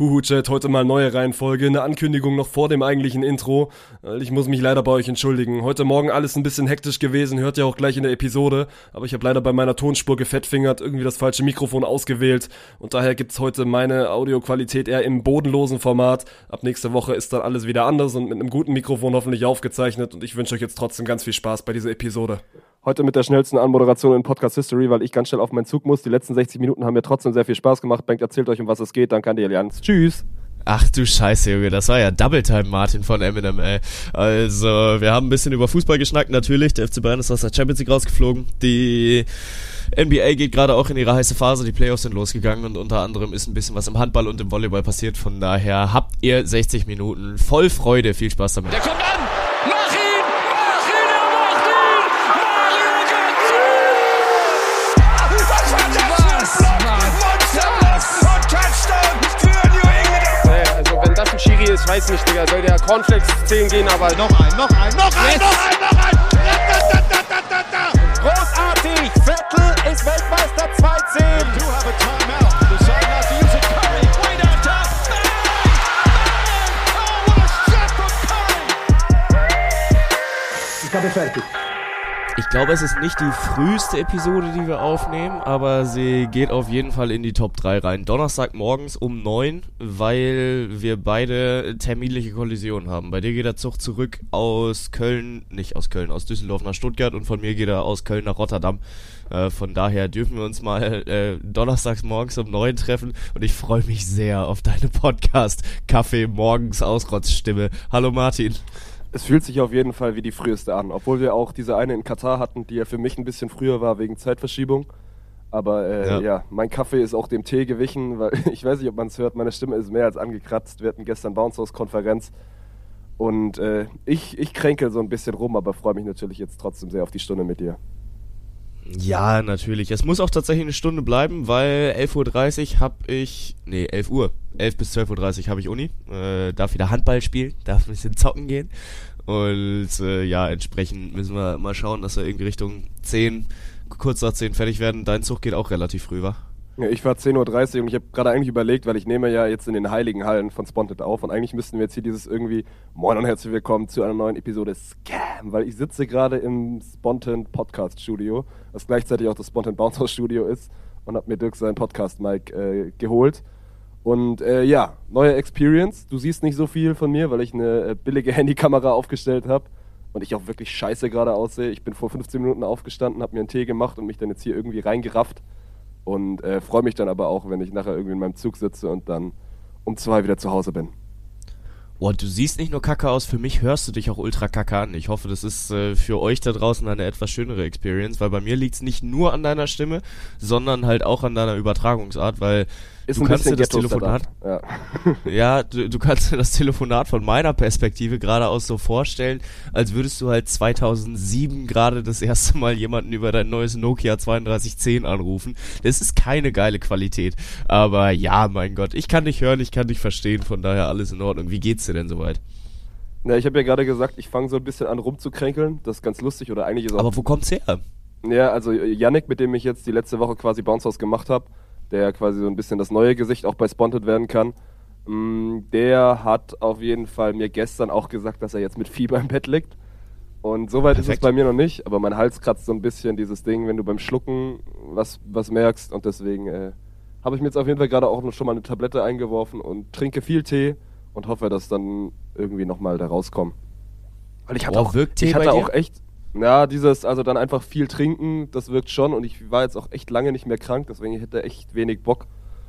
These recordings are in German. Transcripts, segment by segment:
Chat, heute mal neue Reihenfolge, eine Ankündigung noch vor dem eigentlichen Intro. Ich muss mich leider bei euch entschuldigen. Heute Morgen alles ein bisschen hektisch gewesen, hört ihr auch gleich in der Episode. Aber ich habe leider bei meiner Tonspur gefettfingert, irgendwie das falsche Mikrofon ausgewählt. Und daher gibt's heute meine Audioqualität eher im bodenlosen Format. Ab nächste Woche ist dann alles wieder anders und mit einem guten Mikrofon hoffentlich aufgezeichnet. Und ich wünsche euch jetzt trotzdem ganz viel Spaß bei dieser Episode. Heute mit der schnellsten Anmoderation in Podcast History, weil ich ganz schnell auf meinen Zug muss. Die letzten 60 Minuten haben mir trotzdem sehr viel Spaß gemacht. Bengt erzählt euch, um was es geht. Danke an die Allianz. Tschüss. Ach du Scheiße, Junge, das war ja Double Time Martin von Eminem, ey. Also, wir haben ein bisschen über Fußball geschnackt, natürlich. Der FC Bayern ist aus der Champions League rausgeflogen. Die NBA geht gerade auch in ihre heiße Phase. Die Playoffs sind losgegangen und unter anderem ist ein bisschen was im Handball und im Volleyball passiert. Von daher habt ihr 60 Minuten voll Freude. Viel Spaß damit. Der kommt an! Ich weiß nicht, Digga, soll der Cornflakes 10 gehen, aber noch ein! Großartig! Vettel ist Weltmeister 2-10! You have a timeout. Decide not to use it. Curry, way down top. Bang! Oh, what a shot from Curry! Ich habe fertig. Ich glaube, es ist nicht die früheste Episode, die wir aufnehmen, aber sie geht auf jeden Fall in die Top 3 rein. Donnerstag morgens um 9, weil wir beide terminliche Kollisionen haben. Bei dir geht der Zug zurück aus Köln, aus Düsseldorf nach Stuttgart und von mir geht er aus Köln nach Rotterdam. Von daher dürfen wir uns mal donnerstags morgens um 9 treffen und ich freue mich sehr auf deine Podcast-Kaffee-Morgens-Ausrotzstimme. Hallo Martin. Es fühlt sich auf jeden Fall wie die früheste an, obwohl wir auch diese eine in Katar hatten, die ja für mich ein bisschen früher war wegen Zeitverschiebung. Aber ja, mein Kaffee ist auch dem Tee gewichen, weil ich weiß nicht, ob man es hört, meine Stimme ist mehr als angekratzt. Wir hatten gestern Bounce House Konferenz und ich kränkel so ein bisschen rum, aber freue mich natürlich jetzt trotzdem sehr auf die Stunde mit dir. Ja, natürlich. Es muss auch tatsächlich eine Stunde bleiben, weil 11:30 Uhr 11 Uhr. 11 bis 12:30 Uhr habe ich Uni. Darf wieder Handball spielen, darf ein bisschen zocken gehen. Und entsprechend müssen wir mal schauen, dass wir irgendwie Richtung 10, kurz nach 10 fertig werden. Dein Zug geht auch relativ früh, wa? Ja, ich war 10:30 Uhr und ich habe gerade eigentlich überlegt, weil ich nehme ja jetzt in den heiligen Hallen von Sponted auf und eigentlich müssten wir jetzt hier dieses irgendwie Moin und herzlich willkommen zu einer neuen Episode Scam, weil ich sitze gerade im Spontent Podcast Studio, was gleichzeitig auch das Spontent Bounce House Studio ist und habe mir Dirk seinen Podcast-Mic geholt und neue Experience. Du siehst nicht so viel von mir, weil ich eine billige Handykamera aufgestellt habe und ich auch wirklich scheiße gerade aussehe. Ich bin vor 15 Minuten aufgestanden, habe mir einen Tee gemacht und mich dann jetzt hier irgendwie reingerafft. Und freue mich dann aber auch, wenn ich nachher irgendwie in meinem Zug sitze und dann um 2 wieder zu Hause bin. Und du siehst nicht nur kacke aus, für mich hörst du dich auch ultra kacke an. Ich hoffe, das ist für euch da draußen eine etwas schönere Experience, weil bei mir liegt es nicht nur an deiner Stimme, sondern halt auch an deiner Übertragungsart, weil du kannst dir das Telefonat, du kannst dir das Telefonat von meiner Perspektive gerade aus so vorstellen, als würdest du halt 2007 gerade das erste Mal jemanden über dein neues Nokia 3210 anrufen. Das ist keine geile Qualität, aber ja, mein Gott, ich kann dich hören, ich kann dich verstehen, von daher alles in Ordnung. Wie geht's dir denn soweit? Na, ich habe ja gerade gesagt, ich fange so ein bisschen an rumzukränkeln, das ist ganz lustig oder eigentlich ist auch... Aber wo kommt's her? Ja, also Yannick, mit dem ich jetzt die letzte Woche quasi Bounce House gemacht habe, der quasi so ein bisschen das neue Gesicht auch bei Sponted werden kann, der hat auf jeden Fall mir gestern auch gesagt, dass er jetzt mit Fieber im Bett liegt. Und soweit ist es bei mir noch nicht, aber mein Hals kratzt so ein bisschen, dieses Ding, wenn du beim Schlucken was merkst. Und deswegen habe ich mir jetzt auf jeden Fall gerade auch schon mal eine Tablette eingeworfen und trinke viel Tee und hoffe, dass dann irgendwie nochmal da rauskommen. Weil ich hatte auch echt... Ja, also dann einfach viel trinken, das wirkt schon und ich war jetzt auch echt lange nicht mehr krank, deswegen hätte ich echt wenig Bock.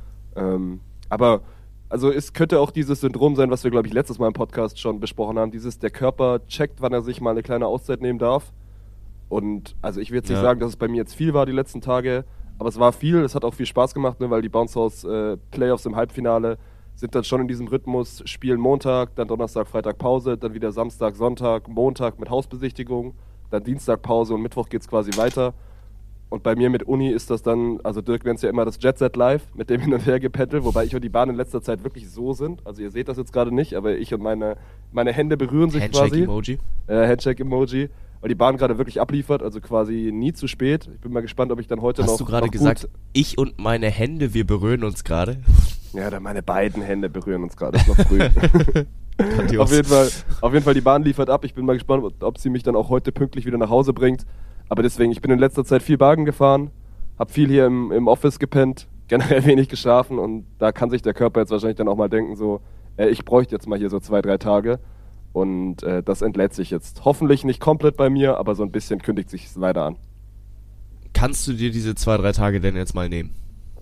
Aber also es könnte auch dieses Syndrom sein, was wir, glaube ich, letztes Mal im Podcast schon besprochen haben, der Körper checkt, wann er sich mal eine kleine Auszeit nehmen darf. Und also ich will jetzt nicht sagen, dass es bei mir jetzt viel war die letzten Tage, aber es war viel, es hat auch viel Spaß gemacht, ne, weil die Bounce House Playoffs im Halbfinale sind dann schon in diesem Rhythmus, spielen Montag, dann Donnerstag, Freitag Pause, dann wieder Samstag, Sonntag, Montag mit Hausbesichtigung. Dann Dienstag Pause und Mittwoch geht's quasi weiter. Und bei mir mit Uni ist das dann, also Dirk nennt es ja immer das Jet Set Live, mit dem hin und her gependelt, wobei ich und die Bahn in letzter Zeit wirklich so sind. Also ihr seht das jetzt gerade nicht, aber ich und meine Hände berühren sich quasi. Handshake-Emoji. Handshake-Emoji. Weil die Bahn gerade wirklich abliefert, also quasi nie zu spät. Ich bin mal gespannt, ob ich dann heute Hast du gerade gesagt, ich und meine Hände, wir berühren uns gerade? Ja, da meine beiden Hände berühren uns gerade, ist noch früh. Grandios. Auf jeden Fall, die Bahn liefert ab. Ich bin mal gespannt, ob sie mich dann auch heute pünktlich wieder nach Hause bringt. Aber deswegen, ich bin in letzter Zeit viel Wagen gefahren, habe viel hier im Office gepennt, generell wenig geschlafen und da kann sich der Körper jetzt wahrscheinlich dann auch mal denken, so, ich bräuchte jetzt mal hier so 2-3 Tage und das entlädt sich jetzt. Hoffentlich nicht komplett bei mir, aber so ein bisschen kündigt sich es leider an. Kannst du dir diese 2-3 Tage denn jetzt mal nehmen?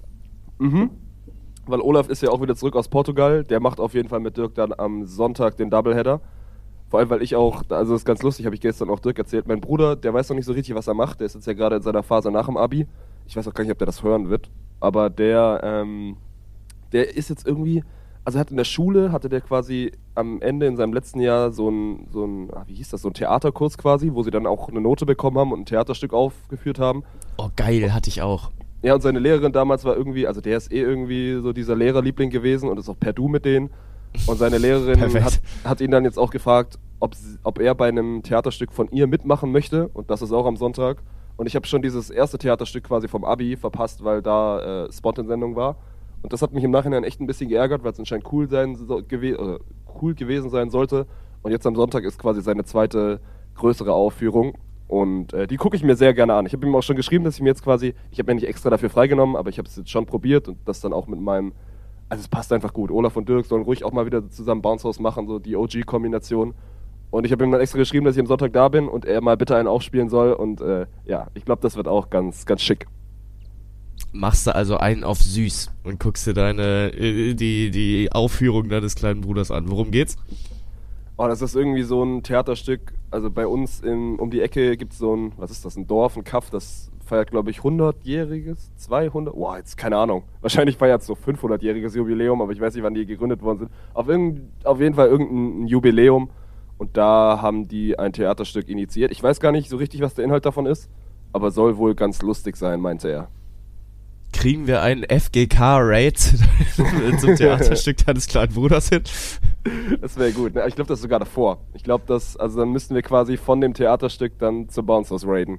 Weil Olaf ist ja auch wieder zurück aus Portugal, der macht auf jeden Fall mit Dirk dann am Sonntag den Doubleheader. Vor allem, weil ich auch, also das ist ganz lustig, habe ich gestern auch Dirk erzählt, mein Bruder, der weiß noch nicht so richtig, was er macht, der ist jetzt ja gerade in seiner Phase nach dem Abi. Ich weiß auch gar nicht, ob der das hören wird, aber der ist jetzt irgendwie, also er hat in der Schule, hatte der quasi am Ende in seinem letzten Jahr so ein wie hieß das, so ein Theaterkurs quasi, wo sie dann auch eine Note bekommen haben und ein Theaterstück aufgeführt haben. Oh, geil, hatte ich auch. Ja, und seine Lehrerin damals war irgendwie, also der ist irgendwie so dieser Lehrerliebling gewesen und ist auch per Du mit denen. Und seine Lehrerin hat ihn dann jetzt auch gefragt, ob er bei einem Theaterstück von ihr mitmachen möchte. Und das ist auch am Sonntag. Und ich habe schon dieses erste Theaterstück quasi vom Abi verpasst, weil da Spot in Sendung war. Und das hat mich im Nachhinein echt ein bisschen geärgert, weil es anscheinend cool gewesen sein sollte. Und jetzt am Sonntag ist quasi seine zweite größere Aufführung. Und die gucke ich mir sehr gerne an. Ich habe ihm auch schon geschrieben, dass ich mir jetzt quasi, ich habe mir nicht extra dafür freigenommen, aber ich habe es jetzt schon probiert und das dann auch mit meinem, also es passt einfach gut. Olaf und Dirk sollen ruhig auch mal wieder zusammen Bounce House machen, so die OG-Kombination. Und ich habe ihm dann extra geschrieben, dass ich am Sonntag da bin und er mal bitte einen aufspielen soll. Und ja, ich glaube, das wird auch ganz, ganz schick. Machst du also einen auf süß und guckst dir die Aufführung deines kleinen Bruders an. Worum geht's? Oh, das ist irgendwie so ein Theaterstück. Also bei uns um die Ecke gibt es so ein, was ist das, ein Dorf, ein Kaff, das feiert, glaube ich, 100-jähriges, 200, jetzt keine Ahnung. Wahrscheinlich feiert es so 500-jähriges Jubiläum, aber ich weiß nicht, wann die gegründet worden sind. Auf jeden Fall irgendein Jubiläum. Und da haben die ein Theaterstück initiiert. Ich weiß gar nicht so richtig, was der Inhalt davon ist, aber soll wohl ganz lustig sein, meinte er. Kriegen wir einen FGK-Raid zum Theaterstück deines kleinen Bruders hin? Das wäre gut. Ich glaube, das ist sogar davor. Ich glaube, dann müssten wir quasi von dem Theaterstück dann zur Bounce House raiden.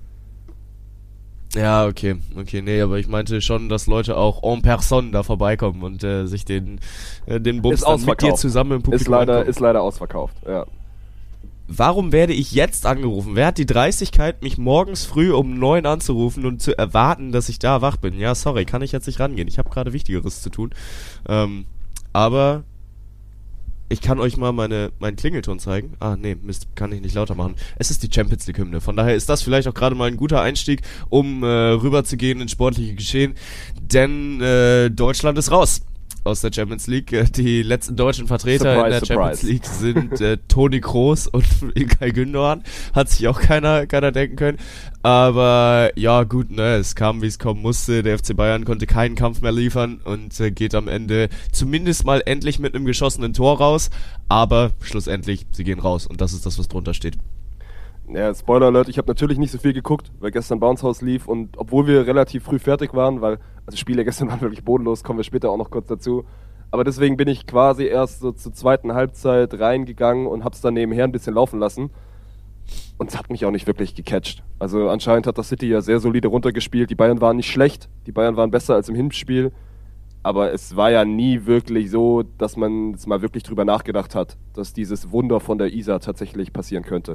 Ja, okay, nee, aber ich meinte schon, dass Leute auch en personne da vorbeikommen und sich den Bums dann mit dir zusammen im Publikum ist leider ausverkauft, ja. Warum werde ich jetzt angerufen? Wer hat die Dreistigkeit, mich morgens früh um 9 anzurufen und zu erwarten, dass ich da wach bin? Ja, sorry, kann ich jetzt nicht rangehen. Ich habe gerade Wichtigeres zu tun. Aber ich kann euch mal meinen Klingelton zeigen. Ah, nee, Mist, kann ich nicht lauter machen. Es ist die Champions League-Hymne. Von daher ist das vielleicht auch gerade mal ein guter Einstieg, um rüberzugehen ins sportliche Geschehen. Denn Deutschland ist raus aus der Champions League. Die letzten deutschen Vertreter in der Champions League sind Toni Kroos und Ilkay Gündoğan. Hat sich auch keiner denken können. Aber ja gut, ne, es kam, wie es kommen musste. Der FC Bayern konnte keinen Kampf mehr liefern und geht am Ende zumindest mal endlich mit einem geschossenen Tor raus. Aber schlussendlich, sie gehen raus und das ist das, was drunter steht. Ja, Spoiler Alert, ich habe natürlich nicht so viel geguckt, weil gestern Bounce House lief und obwohl wir relativ früh fertig waren, weil, also Spiele gestern waren wirklich bodenlos, kommen wir später auch noch kurz dazu, aber deswegen bin ich quasi erst so zur zweiten Halbzeit reingegangen und hab's dann nebenher ein bisschen laufen lassen und es hat mich auch nicht wirklich gecatcht. Also anscheinend hat das City ja sehr solide runtergespielt, die Bayern waren nicht schlecht, die Bayern waren besser als im Hinspiel, aber es war ja nie wirklich so, dass man jetzt mal wirklich drüber nachgedacht hat, dass dieses Wunder von der Isar tatsächlich passieren könnte.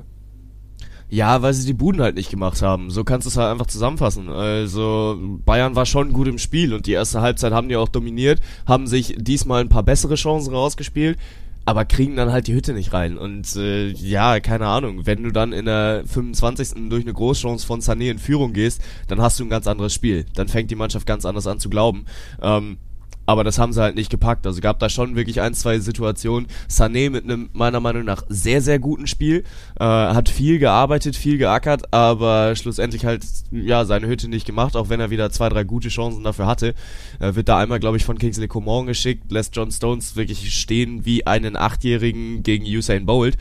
Ja, weil sie die Buden halt nicht gemacht haben. So kannst du es halt einfach zusammenfassen. Also Bayern war schon gut im Spiel und die erste Halbzeit haben die auch dominiert, haben sich diesmal ein paar bessere Chancen rausgespielt, aber kriegen dann halt die Hütte nicht rein. Und ja, keine Ahnung, wenn du dann in der 25. durch eine Großchance von Sané in Führung gehst, dann hast du ein ganz anderes Spiel. Dann fängt die Mannschaft ganz anders an zu glauben. Aber das haben sie halt nicht gepackt. Also gab da schon wirklich 1-2 Situationen. Sané mit einem meiner Meinung nach sehr, sehr guten Spiel. Hat viel gearbeitet, viel geackert, aber schlussendlich halt ja seine Hütte nicht gemacht, auch wenn er wieder 2-3 gute Chancen dafür hatte. Wird da einmal, glaube ich, von Kingsley Coman geschickt, lässt John Stones wirklich stehen wie einen 8-Jährigen gegen Usain Bolt.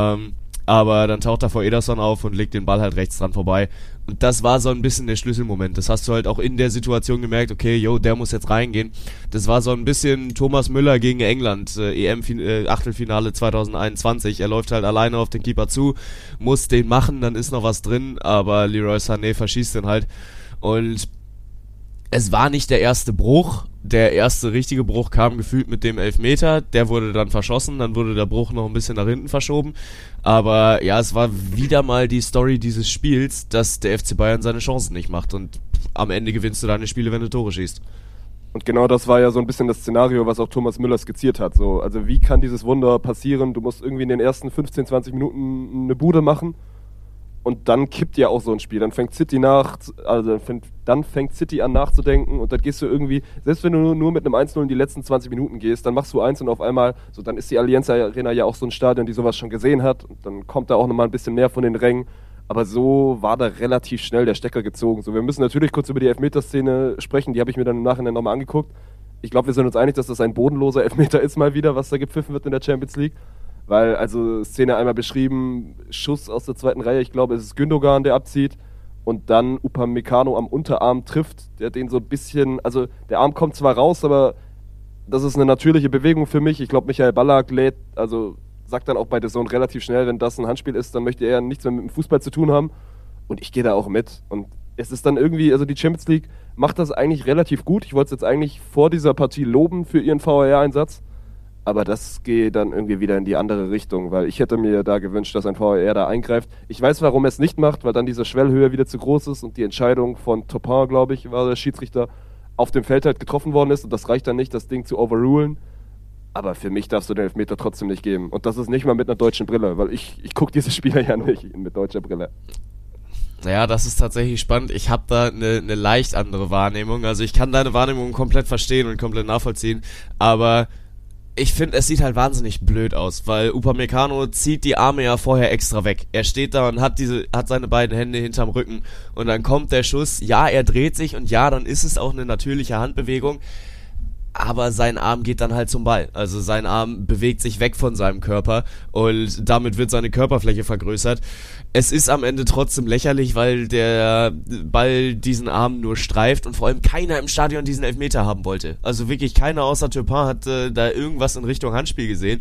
Aber dann taucht er vor Ederson auf und legt den Ball halt rechts dran vorbei. Und das war so ein bisschen der Schlüsselmoment. Das hast du halt auch in der Situation gemerkt, okay, der muss jetzt reingehen. Das war so ein bisschen Thomas Müller gegen England, EM-Achtelfinale 2021. Er läuft halt alleine auf den Keeper zu, muss den machen, dann ist noch was drin, aber Leroy Sané verschießt den halt. Und es war nicht der erste Bruch. Der erste richtige Bruch kam gefühlt mit dem Elfmeter. Der wurde dann verschossen. Dann wurde der Bruch noch ein bisschen nach hinten verschoben. Aber ja, es war wieder mal die Story dieses Spiels, dass der FC Bayern seine Chancen nicht macht. Und am Ende gewinnst du deine Spiele, wenn du Tore schießt. Und genau das war ja so ein bisschen das Szenario, was auch Thomas Müller skizziert hat. So, also wie kann dieses Wunder passieren? Du musst irgendwie in den ersten 15, 20 Minuten eine Bude machen. Und dann kippt ja auch so ein Spiel. Dann fängt City an nachzudenken und dann gehst du irgendwie, selbst wenn du nur mit einem 1-0 in die letzten 20 Minuten gehst, dann machst du 1 und auf einmal, so dann ist die Allianz Arena ja auch so ein Stadion, die sowas schon gesehen hat und dann kommt da auch nochmal ein bisschen mehr von den Rängen. Aber so war da relativ schnell der Stecker gezogen. So, wir müssen natürlich kurz über die Elfmeterszene sprechen, die habe ich mir dann im Nachhinein nochmal angeguckt. Ich glaube, wir sind uns einig, dass das ein bodenloser Elfmeter ist mal wieder, was da gepfiffen wird in der Champions League. Weil, also Szene einmal beschrieben, Schuss aus der zweiten Reihe, ich glaube, es ist Gündogan, der abzieht und dann Upamecano am Unterarm trifft, der den so ein bisschen, also der Arm kommt zwar raus, aber das ist eine natürliche Bewegung für mich. Ich glaube, Michael Ballack sagt dann auch bei DAZN relativ schnell, wenn das ein Handspiel ist, dann möchte er nichts mehr mit dem Fußball zu tun haben und ich gehe da auch mit. Und es ist dann irgendwie, also die Champions League macht das eigentlich relativ gut. Ich wollte es jetzt eigentlich vor dieser Partie loben für ihren VAR-Einsatz. Aber das geht dann irgendwie wieder in die andere Richtung, weil ich hätte mir da gewünscht, dass ein VAR da eingreift. Ich weiß, warum er es nicht macht, weil dann diese Schwellhöhe wieder zu groß ist und die Entscheidung von Topin, glaube ich, war der Schiedsrichter, auf dem Feld halt getroffen worden ist und das reicht dann nicht, das Ding zu overrulen. Aber für mich darfst du den Elfmeter trotzdem nicht geben. Und das ist nicht mal mit einer deutschen Brille, weil ich gucke diese Spieler ja nicht mit deutscher Brille. Naja, das ist tatsächlich spannend. Ich habe da eine leicht andere Wahrnehmung. Also ich kann deine Wahrnehmung komplett verstehen und komplett nachvollziehen, aber ich finde, es sieht halt wahnsinnig blöd aus, weil Upamecano zieht die Arme ja vorher extra weg. Er steht da und hat seine beiden Hände hinterm Rücken und dann kommt der Schuss. Ja, er dreht sich und ja, dann ist es auch eine natürliche Handbewegung, aber sein Arm geht dann halt zum Ball. Also sein Arm bewegt sich weg von seinem Körper und damit wird seine Körperfläche vergrößert. Es ist am Ende trotzdem lächerlich, weil der Ball diesen Arm nur streift und vor allem keiner im Stadion diesen Elfmeter haben wollte. Also wirklich keiner außer Turpin hat da irgendwas in Richtung Handspiel gesehen.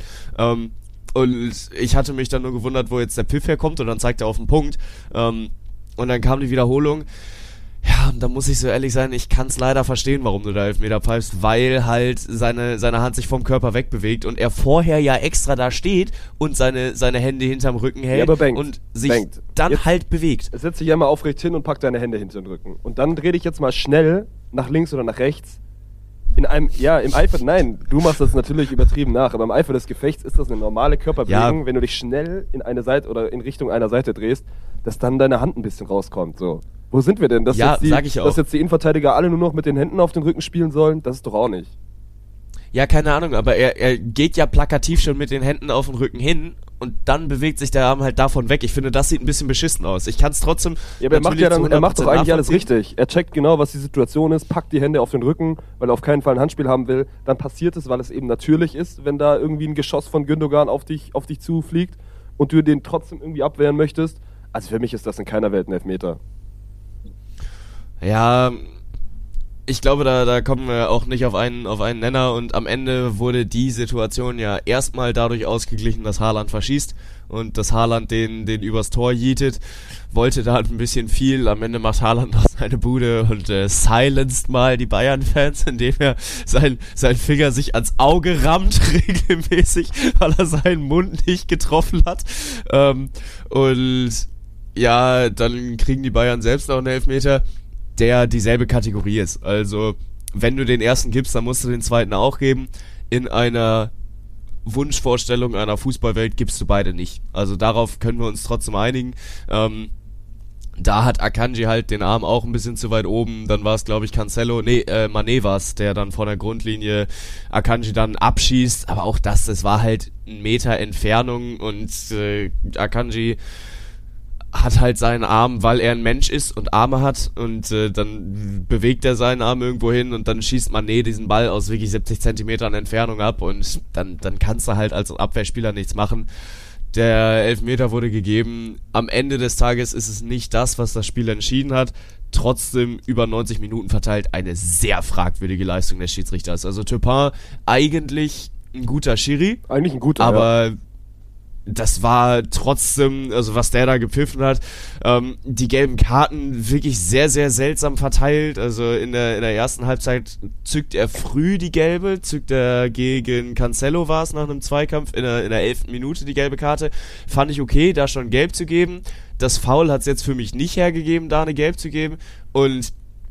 Und ich hatte mich dann nur gewundert, wo jetzt der Pfiff herkommt und dann zeigt er auf den Punkt. Und dann kam die Wiederholung. Ja, und da muss ich so ehrlich sein, ich kann es leider verstehen, warum du da Elfmeter pfeifst, weil halt seine Hand sich vom Körper wegbewegt und er vorher ja extra da steht und seine Hände hinterm Rücken hält und sich dann jetzt halt bewegt. Setz dich einmal aufrecht hin und pack deine Hände hinter den Rücken. Und dann dreh dich jetzt mal schnell nach links oder nach rechts. Im Eifer, nein, du machst das natürlich übertrieben nach, aber im Eifer des Gefechts ist das eine normale Körperbewegung, wenn du dich schnell in eine Seite oder in Richtung einer Seite drehst, dass dann deine Hand ein bisschen rauskommt, so. Wo sind wir denn? Dass jetzt die Innenverteidiger alle nur noch mit den Händen auf den Rücken spielen sollen? Das ist doch auch nicht. Ja, keine Ahnung, aber er geht ja plakativ schon mit den Händen auf den Rücken hin und dann bewegt sich der Arm halt davon weg. Ich finde, das sieht ein bisschen beschissen aus. Ich kann es trotzdem... Ja, aber er macht doch eigentlich alles richtig. Er checkt genau, was die Situation ist, packt die Hände auf den Rücken, weil er auf keinen Fall ein Handspiel haben will. Dann passiert es, weil es eben natürlich ist, wenn da irgendwie ein Geschoss von Gündogan auf dich zufliegt und du den trotzdem irgendwie abwehren möchtest. Also für mich ist das in keiner Welt ein Elfmeter. Ja, ich glaube, da kommen wir auch nicht auf einen Nenner und am Ende wurde die Situation ja erstmal dadurch ausgeglichen, dass Haaland verschießt und dass Haaland den übers Tor jietet, wollte da ein bisschen viel, am Ende macht Haaland noch seine Bude und silenced mal die Bayern-Fans, indem er sein Finger sich ans Auge rammt, regelmäßig, weil er seinen Mund nicht getroffen hat und ja, dann kriegen die Bayern selbst noch einen Elfmeter, der dieselbe Kategorie ist. Also, wenn du den ersten gibst, dann musst du den zweiten auch geben. In einer Wunschvorstellung einer Fußballwelt gibst du beide nicht. Also darauf können wir uns trotzdem einigen. Da hat Akanji halt den Arm auch ein bisschen zu weit oben. Dann war es, glaube ich, Mané war es, der dann von der Grundlinie Akanji dann abschießt. Aber auch das war halt 1 Meter Entfernung und Akanji hat halt seinen Arm, weil er ein Mensch ist und Arme hat und dann bewegt er seinen Arm irgendwo hin und dann schießt Mané diesen Ball aus wirklich 70 Zentimetern Entfernung ab und dann kannst du halt als Abwehrspieler nichts machen. Der Elfmeter wurde gegeben. Am Ende des Tages ist es nicht das, was das Spiel entschieden hat. Trotzdem über 90 Minuten verteilt eine sehr fragwürdige Leistung des Schiedsrichters. Also Turpin eigentlich ein guter Schiri. Eigentlich ein guter, aber das war trotzdem, also was der da gepfiffen hat, die gelben Karten wirklich sehr, sehr seltsam verteilt. Also in der ersten Halbzeit zückt er früh die gelbe, zückt er gegen Cancelo war es nach einem Zweikampf in der 11. Minute die gelbe Karte. Fand ich okay, da schon gelb zu geben. Das Foul hat es jetzt für mich nicht hergegeben, da eine gelb zu geben. Und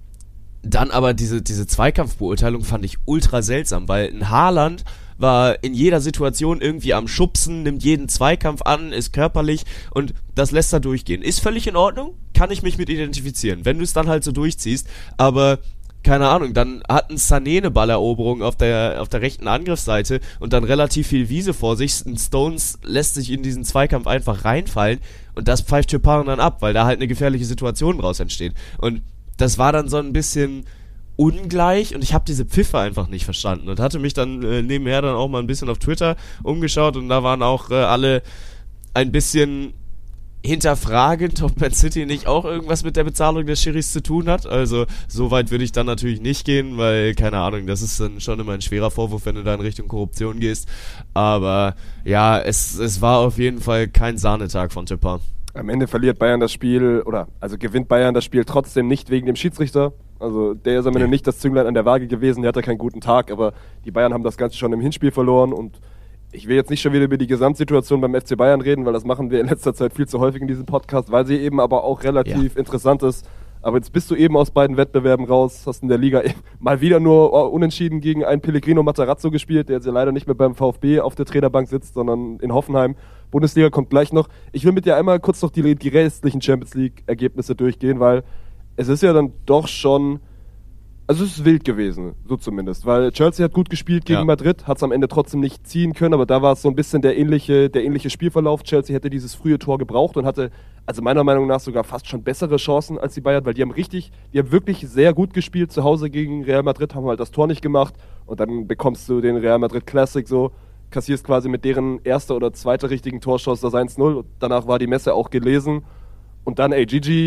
dann aber diese Zweikampfbeurteilung fand ich ultra seltsam, weil ein Haaland war in jeder Situation irgendwie am Schubsen, nimmt jeden Zweikampf an, ist körperlich und das lässt er durchgehen. Ist völlig in Ordnung, kann ich mich mit identifizieren, wenn du es dann halt so durchziehst, aber keine Ahnung, dann hat ein Sané eine Balleroberung auf der rechten Angriffsseite und dann relativ viel Wiese vor sich, ein Stones lässt sich in diesen Zweikampf einfach reinfallen und das pfeift Chopin dann ab, weil da halt eine gefährliche Situation draus entsteht und das war dann so ein bisschen ungleich und ich habe diese Pfiffe einfach nicht verstanden und hatte mich dann nebenher dann auch mal ein bisschen auf Twitter umgeschaut und da waren auch alle ein bisschen hinterfragend, ob Man City nicht auch irgendwas mit der Bezahlung des Schiris zu tun hat. Also so weit würde ich dann natürlich nicht gehen, weil, keine Ahnung, das ist dann schon immer ein schwerer Vorwurf, wenn du da in Richtung Korruption gehst. Aber ja, es war auf jeden Fall kein Sahnetag von Topin. Am Ende verliert Bayern das Spiel, gewinnt Bayern das Spiel trotzdem nicht wegen dem Schiedsrichter. Also der ist am Ende nicht das Zünglein an der Waage gewesen, der hatte keinen guten Tag, aber die Bayern haben das Ganze schon im Hinspiel verloren und ich will jetzt nicht schon wieder über die Gesamtsituation beim FC Bayern reden, weil das machen wir in letzter Zeit viel zu häufig in diesem Podcast, weil sie eben aber auch relativ interessant ist. Aber jetzt bist du eben aus beiden Wettbewerben raus, hast in der Liga mal wieder nur unentschieden gegen einen Pellegrino Matarazzo gespielt, der jetzt ja leider nicht mehr beim VfB auf der Trainerbank sitzt, sondern in Hoffenheim. Bundesliga kommt gleich noch. Ich will mit dir einmal kurz noch die restlichen Champions League-Ergebnisse durchgehen, weil es ist ja dann doch schon, also es ist wild gewesen, so zumindest, weil Chelsea hat gut gespielt gegen Madrid, hat es am Ende trotzdem nicht ziehen können, aber da war es so ein bisschen der ähnliche Spielverlauf. Chelsea hätte dieses frühe Tor gebraucht und hatte, also meiner Meinung nach sogar fast schon bessere Chancen als die Bayern, weil die haben wirklich sehr gut gespielt zu Hause gegen Real Madrid, haben halt das Tor nicht gemacht und dann bekommst du den Real Madrid Classic so, kassierst quasi mit deren erster oder zweiter richtigen Torschuss das 1-0 und danach war die Messe auch gelesen. Und dann,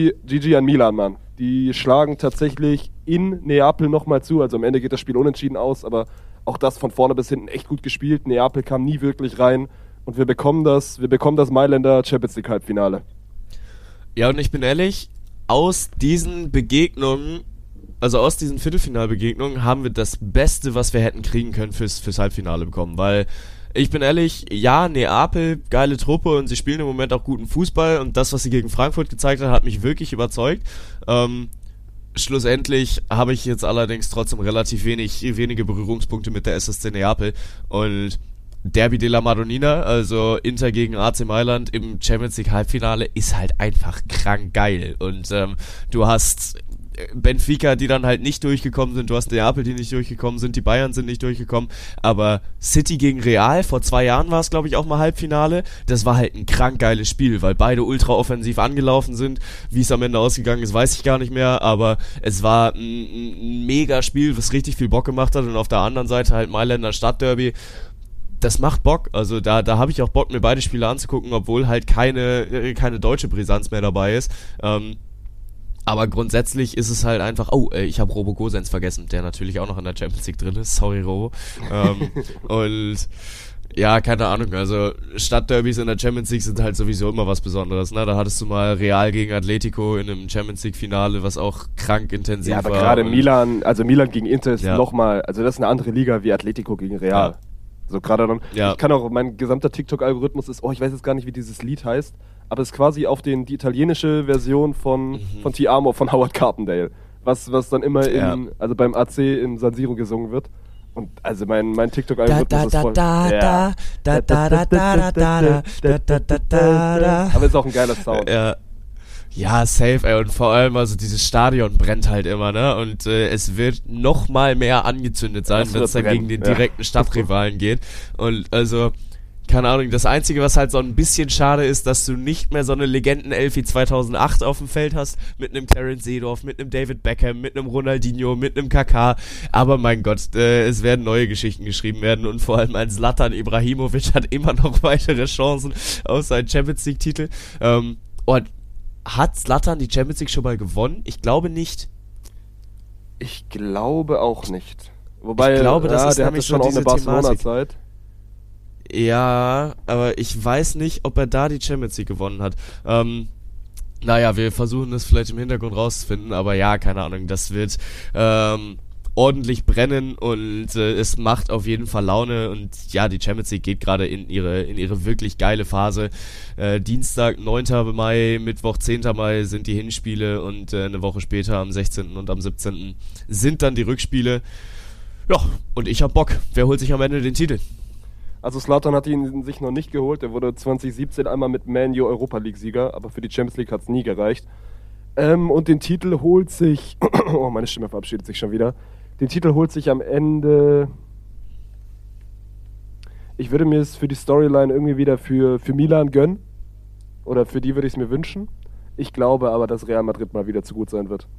GG an Milan, Mann. Die schlagen tatsächlich in Neapel nochmal zu. Also am Ende geht das Spiel unentschieden aus, aber auch das von vorne bis hinten echt gut gespielt. Neapel kam nie wirklich rein und wir bekommen das Mailänder Champions League Halbfinale. Ja, und ich bin ehrlich, aus diesen Begegnungen, also aus diesen Viertelfinalbegegnungen haben wir das Beste, was wir hätten kriegen können fürs Halbfinale bekommen, weil ich bin ehrlich, ja, Neapel, geile Truppe und sie spielen im Moment auch guten Fußball und das, was sie gegen Frankfurt gezeigt hat mich wirklich überzeugt. Schlussendlich habe ich jetzt allerdings trotzdem relativ wenige Berührungspunkte mit der SSC Neapel und Derby della Madonnina, also Inter gegen AC Mailand im Champions League Halbfinale ist halt einfach krank geil und du hast Benfica, die dann halt nicht durchgekommen sind, du hast Neapel, die nicht durchgekommen sind, die Bayern sind nicht durchgekommen, aber City gegen Real, vor 2 Jahren war es glaube ich auch mal Halbfinale, das war halt ein krank geiles Spiel, weil beide ultra offensiv angelaufen sind, wie es am Ende ausgegangen ist, weiß ich gar nicht mehr, aber es war ein mega Spiel, was richtig viel Bock gemacht hat und auf der anderen Seite halt Mailänder Stadtderby, das macht Bock, also da habe ich auch Bock, mir beide Spiele anzugucken, obwohl halt keine deutsche Brisanz mehr dabei ist, aber grundsätzlich ist es halt einfach, ich habe Robo Gosens vergessen, der natürlich auch noch in der Champions League drin ist, sorry Robo. Und ja, keine Ahnung, also Stadtderbys in der Champions League sind halt sowieso immer was Besonderes, ne? Da hattest du mal Real gegen Atletico in einem Champions League Finale, was auch krank intensiv war. Ja, aber gerade Milan gegen Inter ist nochmal, also das ist eine andere Liga wie Atletico gegen Real. Ja. So gerade dann, ich kann auch, mein gesamter TikTok-Algorithmus ist, ich weiß jetzt gar nicht, wie dieses Lied heißt, aber es ist quasi auf die italienische Version von Ti Amo von Howard Carpendale, was dann immer beim AC in San Siro gesungen wird. Und also mein TikTok-Algorithmus ist voll. Aber ist auch ein geiler Sound. Ja, safe, ey, und vor allem, also dieses Stadion brennt halt immer, ne, und es wird noch mal mehr angezündet sein, wenn es dann gegen den direkten Stadtrivalen geht, und also, keine Ahnung, das Einzige, was halt so ein bisschen schade ist, dass du nicht mehr so eine Legenden-Elf wie 2008 auf dem Feld hast, mit einem Clarence Seedorf, mit einem David Beckham, mit einem Ronaldinho, mit einem Kaká, aber mein Gott, es werden neue Geschichten geschrieben werden und vor allem ein Zlatan Ibrahimovic hat immer noch weitere Chancen auf seinen Champions-League-Titel, und hat Zlatan die Champions League schon mal gewonnen? Ich glaube nicht. Ich glaube auch nicht. Wobei, ich glaube, das ist der hatte schon auch eine Barcelona-Zeit. Ja, aber ich weiß nicht, ob er da die Champions League gewonnen hat. Naja, wir versuchen das vielleicht im Hintergrund rauszufinden, aber ja, keine Ahnung, das wird ordentlich brennen und es macht auf jeden Fall Laune und ja, die Champions League geht gerade in ihre wirklich geile Phase. Dienstag, 9. Mai, Mittwoch, 10. Mai sind die Hinspiele und eine Woche später, am 16. und am 17. sind dann die Rückspiele. Ja, und ich hab Bock. Wer holt sich am Ende den Titel? Also Zlatan hat ihn sich noch nicht geholt. Er wurde 2017 einmal mit Man U Europa League Sieger, aber für die Champions League hat es nie gereicht. Und den Titel holt sich... oh, meine Stimme verabschiedet sich schon wieder. Den Titel holt sich am Ende... Ich würde mir es für die Storyline irgendwie wieder für Milan gönnen. Oder für die würde ich es mir wünschen. Ich glaube aber, dass Real Madrid mal wieder zu gut sein wird.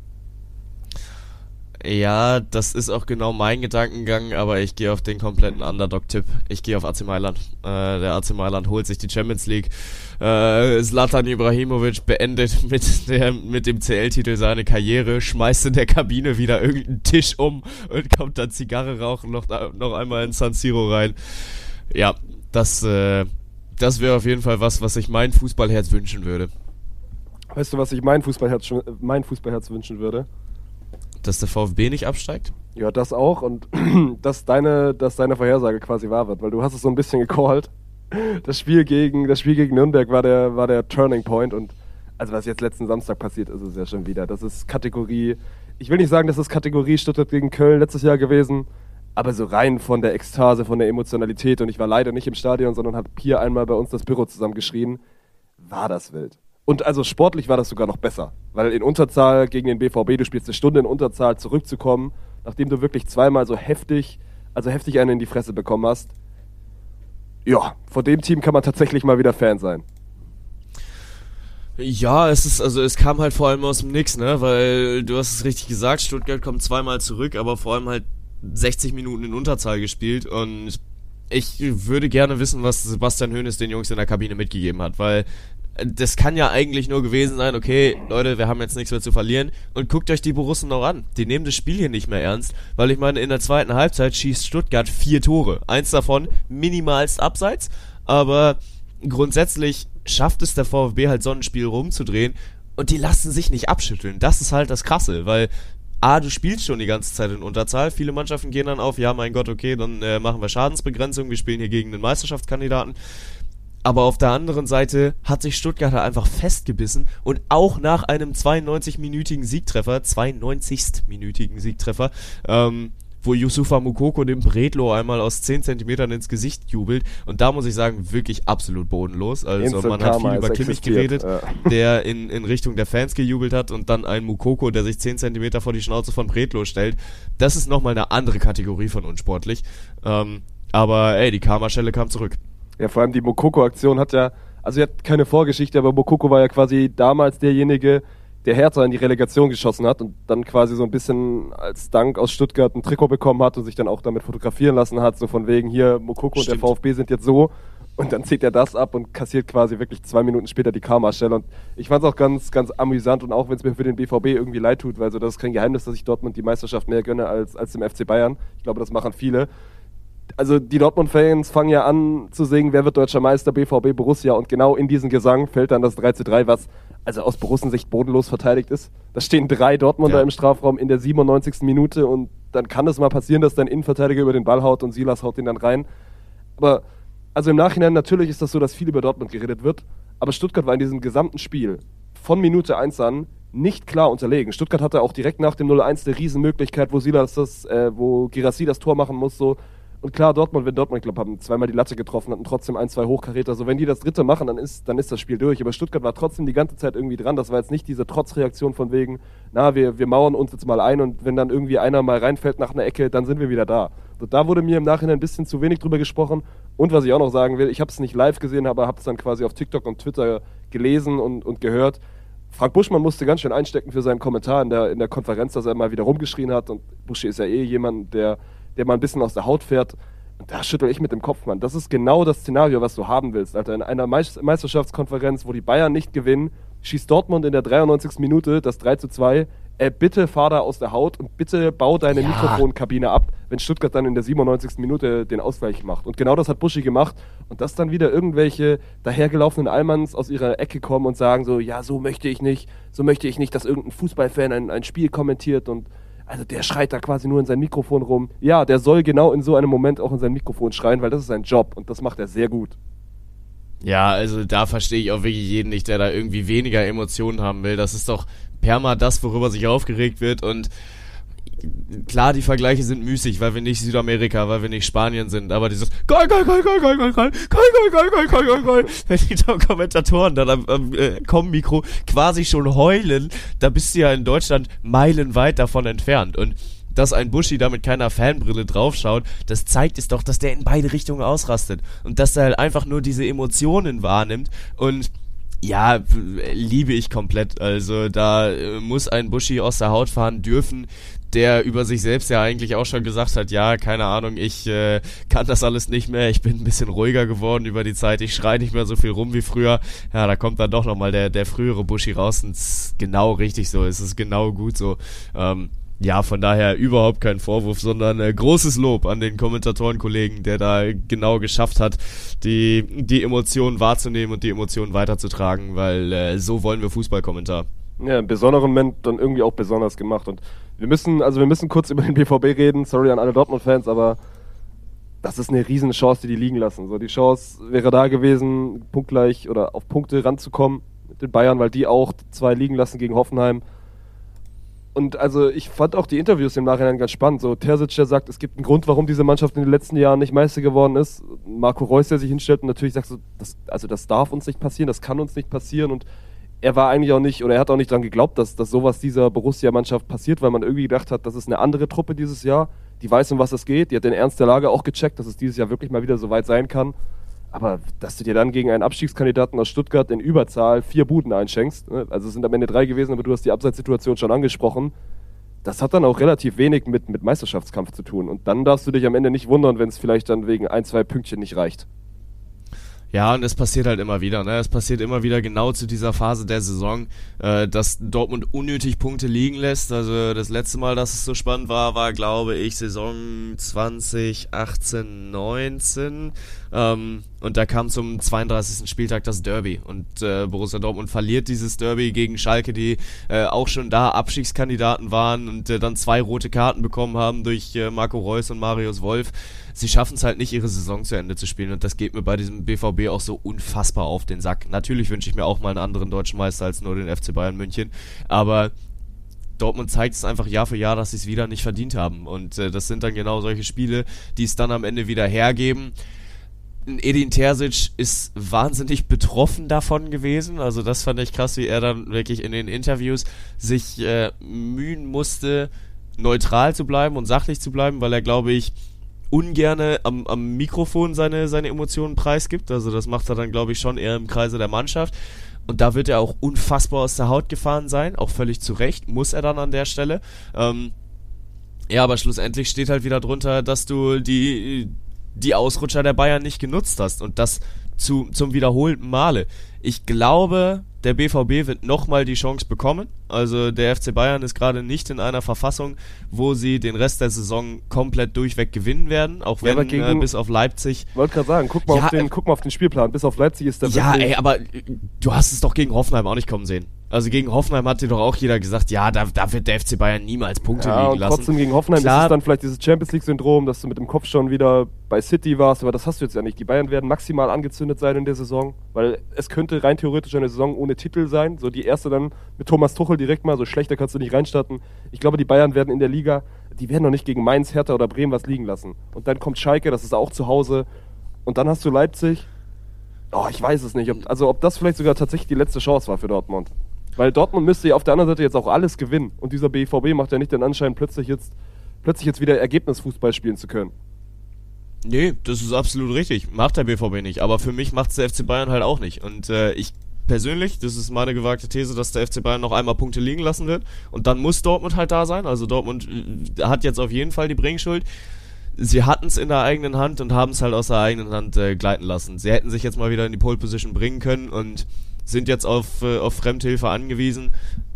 Ja, das ist auch genau mein Gedankengang, aber ich gehe auf den kompletten Underdog-Tipp. Ich gehe auf AC Mailand. Der AC Mailand holt sich die Champions League. Zlatan Ibrahimovic beendet mit dem CL-Titel seine Karriere, schmeißt in der Kabine wieder irgendeinen Tisch um und kommt dann Zigarre rauchen noch einmal in San Siro rein. Ja, das wäre auf jeden Fall was ich mein Fußballherz wünschen würde. Weißt du, was ich mein Fußballherz wünschen würde? Dass der VfB nicht absteigt? Ja, das auch und dass deine Vorhersage quasi wahr wird, weil du hast es so ein bisschen gecallt. Das Spiel gegen Nürnberg war der Turning Point und also was jetzt letzten Samstag passiert ist, ist ja schon wieder. Das ist Kategorie, ich will nicht sagen, das ist Kategorie Stuttgart gegen Köln letztes Jahr gewesen, aber so rein von der Ekstase, von der Emotionalität und ich war leider nicht im Stadion, sondern hat Pier einmal bei uns das Büro zusammengeschrien, war das wild. Und also sportlich war das sogar noch besser, weil in Unterzahl gegen den BVB, du spielst eine Stunde in Unterzahl, zurückzukommen, nachdem du wirklich zweimal so heftig einen in die Fresse bekommen hast. Ja, von dem Team kann man tatsächlich mal wieder Fan sein. Ja, es kam halt vor allem aus dem Nix, ne, weil du hast es richtig gesagt, Stuttgart kommt zweimal zurück, aber vor allem halt 60 Minuten in Unterzahl gespielt und ich würde gerne wissen, was Sebastian Hoeneß den Jungs in der Kabine mitgegeben hat, weil das kann ja eigentlich nur gewesen sein, okay, Leute, wir haben jetzt nichts mehr zu verlieren und guckt euch die Borussen noch an. Die nehmen das Spiel hier nicht mehr ernst, weil ich meine, in der zweiten Halbzeit schießt Stuttgart 4 Tore. 1 davon minimalst abseits, aber grundsätzlich schafft es der VfB halt so ein Spiel rumzudrehen und die lassen sich nicht abschütteln. Das ist halt das Krasse, weil du spielst schon die ganze Zeit in Unterzahl. Viele Mannschaften gehen dann auf, ja mein Gott, okay, dann machen wir Schadensbegrenzung, wir spielen hier gegen den Meisterschaftskandidaten. Aber auf der anderen Seite hat sich Stuttgart halt einfach festgebissen und auch nach einem 92-minütigen Siegtreffer, wo Youssoufa Moukoko dem Bredlo einmal aus 10 Zentimetern ins Gesicht jubelt. Und da muss ich sagen, wirklich absolut bodenlos. Also Instant man hat Karma viel über Kimmich geredet, ja. der in Richtung der Fans gejubelt hat und dann ein Moukoko, der sich 10 Zentimeter vor die Schnauze von Bredlo stellt. Das ist nochmal eine andere Kategorie von unsportlich. Aber ey, die Karma-Schelle kam zurück. Ja, vor allem die Moukoko-Aktion hat keine Vorgeschichte, aber Moukoko war ja quasi damals derjenige, der Hertha in die Relegation geschossen hat und dann quasi so ein bisschen als Dank aus Stuttgart ein Trikot bekommen hat und sich dann auch damit fotografieren lassen hat, so von wegen hier, Moukoko Stimmt. und der VfB sind jetzt so und dann zieht er das ab und kassiert quasi wirklich 2 Minuten später die Karma-Stelle und ich fand es auch ganz, ganz amüsant und auch wenn es mir für den BVB irgendwie leid tut, weil so das ist kein Geheimnis, dass ich Dortmund die Meisterschaft mehr gönne als dem FC Bayern. Ich glaube, das machen viele. Also die Dortmund-Fans fangen ja an zu singen, wer wird deutscher Meister, BVB, Borussia und genau in diesen Gesang fällt dann das 3:3, was also aus Borussensicht bodenlos verteidigt ist. Da stehen 3 Dortmunder im Strafraum in der 97. Minute und dann kann es mal passieren, dass dein Innenverteidiger über den Ball haut und Silas haut den dann rein. Aber also im Nachhinein natürlich ist das so, dass viel über Dortmund geredet wird, aber Stuttgart war in diesem gesamten Spiel von Minute 1 an nicht klar unterlegen. Stuttgart hatte auch direkt nach dem 0:1 eine Riesenmöglichkeit, wo Guirassy das Tor machen muss, so. Und klar, wenn Dortmund, glaube haben zweimal die Latte getroffen, hatten trotzdem 1-2 Hochkaräter. Also wenn die das dritte machen, dann ist das Spiel durch. Aber Stuttgart war trotzdem die ganze Zeit irgendwie dran. Das war jetzt nicht diese Trotzreaktion von wegen, wir mauern uns jetzt mal ein und wenn dann irgendwie einer mal reinfällt nach einer Ecke, dann sind wir wieder da. Also da wurde mir im Nachhinein ein bisschen zu wenig drüber gesprochen. Und was ich auch noch sagen will, ich habe es nicht live gesehen, aber habe es dann quasi auf TikTok und Twitter gelesen und gehört. Frank Buschmann musste ganz schön einstecken für seinen Kommentar in der Konferenz, dass er mal wieder rumgeschrien hat. Und Buschi ist ja jemand, der mal ein bisschen aus der Haut fährt. Und da schüttel ich mit dem Kopf, Mann. Das ist genau das Szenario, was du haben willst, Alter. In einer Meisterschaftskonferenz, wo die Bayern nicht gewinnen, schießt Dortmund in der 93. Minute das 3:2. Bitte fahr da aus der Haut und bitte bau deine Mikrofonkabine ab, wenn Stuttgart dann in der 97. Minute den Ausgleich macht. Und genau das hat Buschi gemacht. Und dass dann wieder irgendwelche dahergelaufenen Allmanns aus ihrer Ecke kommen und sagen so, ja, so möchte ich nicht, dass irgendein Fußballfan ein Spiel kommentiert und also der schreit da quasi nur in sein Mikrofon rum. Ja, der soll genau in so einem Moment auch in sein Mikrofon schreien, weil das ist sein Job und das macht er sehr gut. Ja, also da verstehe ich auch wirklich jeden nicht, der da irgendwie weniger Emotionen haben will. Das ist doch perma das, worüber sich aufgeregt wird und klar, die Vergleiche sind müßig, weil wir nicht Südamerika, weil wir nicht Spanien sind, aber dieses Geil, wenn die Kommentatoren dann am Komm-Mikro quasi schon heulen, da bist du ja in Deutschland meilenweit davon entfernt und dass ein Buschi da mit keiner Fanbrille draufschaut, das zeigt es doch, dass der in beide Richtungen ausrastet und dass er halt einfach nur diese Emotionen wahrnimmt und ja, liebe ich komplett, also da muss ein Buschi aus der Haut fahren dürfen, der über sich selbst ja eigentlich auch schon gesagt hat, ja, keine Ahnung, ich kann das alles nicht mehr, ich bin ein bisschen ruhiger geworden über die Zeit, ich schreie nicht mehr so viel rum wie früher. Ja, da kommt dann doch nochmal der frühere Buschi raus und es ist genau richtig so, es ist genau gut so. Ja, von daher überhaupt kein Vorwurf, sondern großes Lob an den Kommentatorenkollegen, der da genau geschafft hat, die Emotionen wahrzunehmen und die Emotionen weiterzutragen, weil so wollen wir Fußballkommentar. Ja, im besonderen Moment dann irgendwie auch besonders gemacht. Und wir müssen kurz über den BVB reden. Sorry an alle Dortmund-Fans, aber das ist eine riesen Chance, die liegen lassen. So, die Chance wäre da gewesen, punktgleich oder auf Punkte ranzukommen mit den Bayern, weil die auch 2 liegen lassen gegen Hoffenheim. Und also ich fand auch die Interviews im Nachhinein ganz spannend. So Terzic, der sagt, es gibt einen Grund, warum diese Mannschaft in den letzten Jahren nicht Meister geworden ist. Marco Reus, der sich hinstellt und natürlich sagt so, das darf uns nicht passieren, das kann uns nicht passieren. Und er war eigentlich auch nicht, oder er hat auch nicht dran geglaubt, dass sowas dieser Borussia-Mannschaft passiert, weil man irgendwie gedacht hat, das ist eine andere Truppe dieses Jahr, die weiß, um was es geht, die hat den Ernst der Lage auch gecheckt, dass es dieses Jahr wirklich mal wieder so weit sein kann. Aber dass du dir dann gegen einen Abstiegskandidaten aus Stuttgart in Überzahl 4 Buden einschenkst, ne? Also es sind am Ende 3 gewesen, aber du hast die Abseitssituation schon angesprochen, das hat dann auch relativ wenig mit Meisterschaftskampf zu tun. Und dann darfst du dich am Ende nicht wundern, wenn es vielleicht dann wegen 1, 2 Pünktchen nicht reicht. Ja, und es passiert halt immer wieder, ne? Es passiert immer wieder genau zu dieser Phase der Saison, dass Dortmund unnötig Punkte liegen lässt. Also das letzte Mal, dass es so spannend war glaube ich, Saison 2018, 19. Und da kam zum 32. Spieltag das Derby. Und Borussia Dortmund verliert dieses Derby gegen Schalke, die auch schon da Abstiegskandidaten waren und dann 2 rote Karten bekommen haben durch Marco Reus und Marius Wolf. Sie schaffen es halt nicht, ihre Saison zu Ende zu spielen und das geht mir bei diesem BVB auch so unfassbar auf den Sack. Natürlich wünsche ich mir auch mal einen anderen deutschen Meister als nur den FC Bayern München, aber Dortmund zeigt es einfach Jahr für Jahr, dass sie es wieder nicht verdient haben und das sind dann genau solche Spiele, die es dann am Ende wieder hergeben. Edin Terzic ist wahnsinnig betroffen davon gewesen, also das fand ich krass, wie er dann wirklich in den Interviews sich mühen musste, neutral zu bleiben und sachlich zu bleiben, weil er, glaube ich, ungerne am Mikrofon seine Emotionen preisgibt. Also das macht er dann, glaube ich, schon eher im Kreise der Mannschaft. Und da wird er auch unfassbar aus der Haut gefahren sein. Auch völlig zu Recht, muss er dann an der Stelle. Ja, aber schlussendlich steht halt wieder drunter, dass du die Ausrutscher der Bayern nicht genutzt hast. Und das zum wiederholten Male. Ich glaube, der BVB wird nochmal die Chance bekommen. Also der FC Bayern ist gerade nicht in einer Verfassung, wo sie den Rest der Saison komplett durchweg gewinnen werden. Auch wenn bis auf Leipzig... Ich wollte gerade sagen, guck mal auf den Spielplan. Bis auf Leipzig ist der... Ja, aber du hast es doch gegen Hoffenheim auch nicht kommen sehen. Also gegen Hoffenheim hat dir doch auch jeder gesagt, ja, da wird der FC Bayern niemals Punkte liegen lassen. Trotzdem gegen Hoffenheim ist es dann vielleicht dieses Champions-League-Syndrom, dass du mit dem Kopf schon wieder bei City warst, aber das hast du jetzt ja nicht. Die Bayern werden maximal angezündet sein in der Saison, weil es könnte rein theoretisch eine Saison ohne Titel sein. So die erste dann mit Thomas Tuchel direkt mal, so schlechter kannst du nicht reinstarten. Ich glaube, die Bayern werden in der Liga, die werden noch nicht gegen Mainz, Hertha oder Bremen was liegen lassen. Und dann kommt Schalke, das ist auch zu Hause. Und dann hast du Leipzig. Oh, ich weiß es nicht. Ob das vielleicht sogar tatsächlich die letzte Chance war für Dortmund. Weil Dortmund müsste ja auf der anderen Seite jetzt auch alles gewinnen. Und dieser BVB macht ja nicht den Anschein, plötzlich jetzt wieder Ergebnisfußball spielen zu können. Nee, das ist absolut richtig. Macht der BVB nicht. Aber für mich macht es der FC Bayern halt auch nicht. Und ich persönlich, das ist meine gewagte These, dass der FC Bayern noch einmal Punkte liegen lassen wird. Und dann muss Dortmund halt da sein. Also Dortmund hat jetzt auf jeden Fall die Bringschuld. Sie hatten es in der eigenen Hand und haben es halt aus der eigenen Hand gleiten lassen. Sie hätten sich jetzt mal wieder in die Pole Position bringen können und sind jetzt auf Fremdhilfe angewiesen.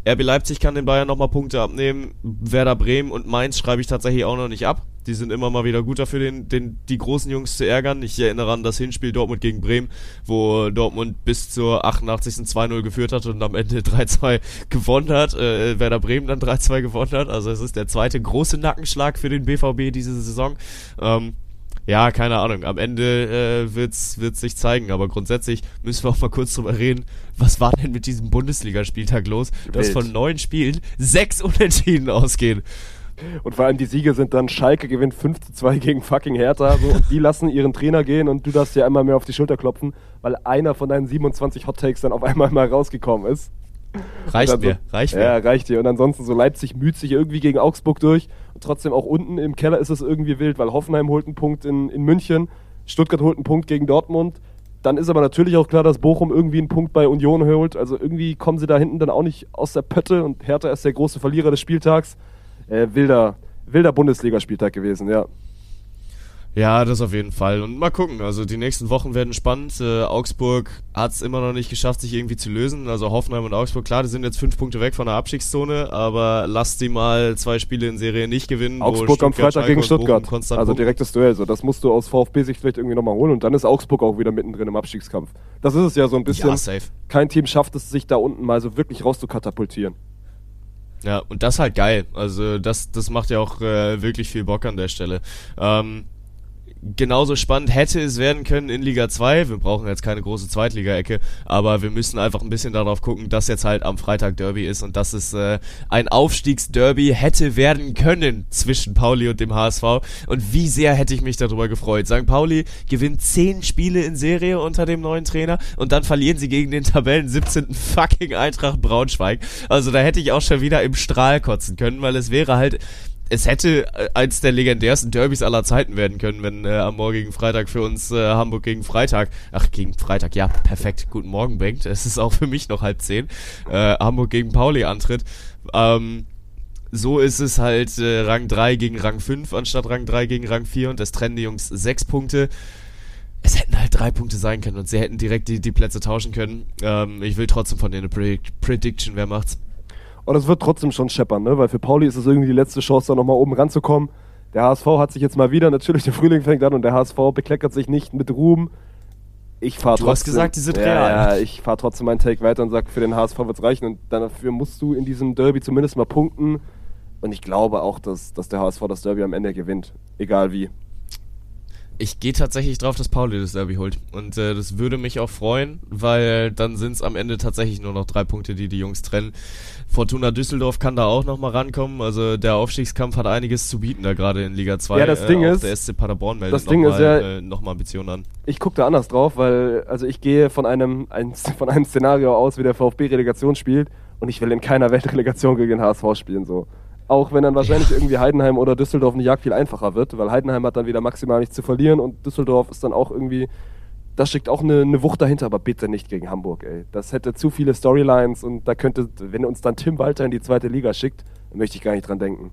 RB Leipzig kann den Bayern nochmal Punkte abnehmen. Werder Bremen und Mainz schreibe ich tatsächlich auch noch nicht ab. Die sind immer mal wieder gut dafür, die großen Jungs zu ärgern. Ich erinnere an das Hinspiel Dortmund gegen Bremen, wo Dortmund bis zur 88. 2-0 geführt hat und am Ende 3-2 gewonnen hat. Werder Bremen dann 3-2 gewonnen hat. Also es ist der zweite große Nackenschlag für den BVB diese Saison. Ja, keine Ahnung. Am Ende wird's sich zeigen. Aber grundsätzlich müssen wir auch mal kurz drüber reden. Was war denn mit diesem Bundesligaspieltag los, dass von 9 Spielen 6 Unentschieden ausgehen? Und vor allem die Siege sind dann, Schalke gewinnt 5-2 gegen fucking Hertha. So, und die lassen ihren Trainer gehen und du darfst dir einmal mehr auf die Schulter klopfen, weil einer von deinen 27 Hot Takes dann auf einmal mal rausgekommen ist. Reicht mir. Ja, reicht dir. Und ansonsten so Leipzig müht sich irgendwie gegen Augsburg durch. Und trotzdem auch unten im Keller ist es irgendwie wild, weil Hoffenheim holt einen Punkt in München, Stuttgart holt einen Punkt gegen Dortmund. Dann ist aber natürlich auch klar, dass Bochum irgendwie einen Punkt bei Union holt. Also irgendwie kommen sie da hinten dann auch nicht aus der Pötte. Und Hertha ist der große Verlierer des Spieltags. Wilder Bundesligaspieltag gewesen, ja. Ja, das auf jeden Fall. Und mal gucken, also die nächsten Wochen werden spannend. Augsburg hat es immer noch nicht geschafft, sich irgendwie zu lösen. Also Hoffenheim und Augsburg, klar, die sind jetzt 5 Punkte weg von der Abstiegszone, aber lasst die mal 2 Spiele in Serie nicht gewinnen. Augsburg am Freitag gegen Stuttgart, also direktes Duell. So, das musst du aus VfB-Sicht vielleicht irgendwie nochmal holen und dann ist Augsburg auch wieder mittendrin im Abstiegskampf. Das ist es ja so ein bisschen. Ja, safe. Kein Team schafft es, sich da unten mal so wirklich rauszukatapultieren. Ja, und das halt geil. Also das macht ja auch wirklich viel Bock an der Stelle. Genauso spannend hätte es werden können in Liga 2. Wir brauchen jetzt keine große Zweitliga-Ecke, aber wir müssen einfach ein bisschen darauf gucken, dass jetzt halt am Freitag Derby ist und dass es ein Aufstiegsderby hätte werden können zwischen Pauli und dem HSV. Und wie sehr hätte ich mich darüber gefreut. St. Pauli gewinnt 10 Spiele in Serie unter dem neuen Trainer und dann verlieren sie gegen den Tabellen 17. fucking Eintracht Braunschweig. Also da hätte ich auch schon wieder im Strahl kotzen können, weil es hätte eins der legendärsten Derbys aller Zeiten werden können, wenn am morgigen Freitag für uns Hamburg gegen Freitag, ja, perfekt, guten Morgen, Bengt, es ist auch für mich noch 9:30, Hamburg gegen Pauli antritt. So ist es halt Rang 3 gegen Rang 5 anstatt Rang 3 gegen Rang 4 und es trennen die Jungs 6 Punkte. Es hätten halt 3 Punkte sein können und sie hätten direkt die Plätze tauschen können. Ich will trotzdem von denen eine Prediction, wer macht's? Und es wird trotzdem schon scheppern, ne? Weil für Pauli ist es irgendwie die letzte Chance, da nochmal oben ranzukommen. Der HSV hat sich jetzt mal wieder, natürlich der Frühling fängt an und der HSV bekleckert sich nicht mit Ruhm. Du hast gesagt, die sind real. Ja, ich fahre trotzdem meinen Take weiter und sage, für den HSV wird's reichen und dafür musst du in diesem Derby zumindest mal punkten. Und ich glaube auch, dass der HSV das Derby am Ende gewinnt, egal wie. Ich gehe tatsächlich drauf, dass Pauli das Derby holt. Und das würde mich auch freuen, weil dann sind es am Ende tatsächlich nur noch 3 Punkte, die Jungs trennen. Fortuna Düsseldorf kann da auch nochmal rankommen. Also der Aufstiegskampf hat einiges zu bieten da gerade in Liga 2. Ja, das Ding ist, der SC Paderborn meldet nochmal Ambitionen an. Ich gucke da anders drauf, weil also ich gehe von einem Szenario aus, wie der VfB Relegation spielt und ich will in keiner Welt Relegation gegen den HSV spielen, so. Auch wenn dann wahrscheinlich irgendwie Heidenheim oder Düsseldorf eine Jagd viel einfacher wird, weil Heidenheim hat dann wieder maximal nichts zu verlieren und Düsseldorf ist dann auch irgendwie, das schickt auch eine Wucht dahinter, aber bitte nicht gegen Hamburg, ey. Das hätte zu viele Storylines und da könnte, wenn uns dann Tim Walter in die 2. Liga schickt, dann möchte ich gar nicht dran denken.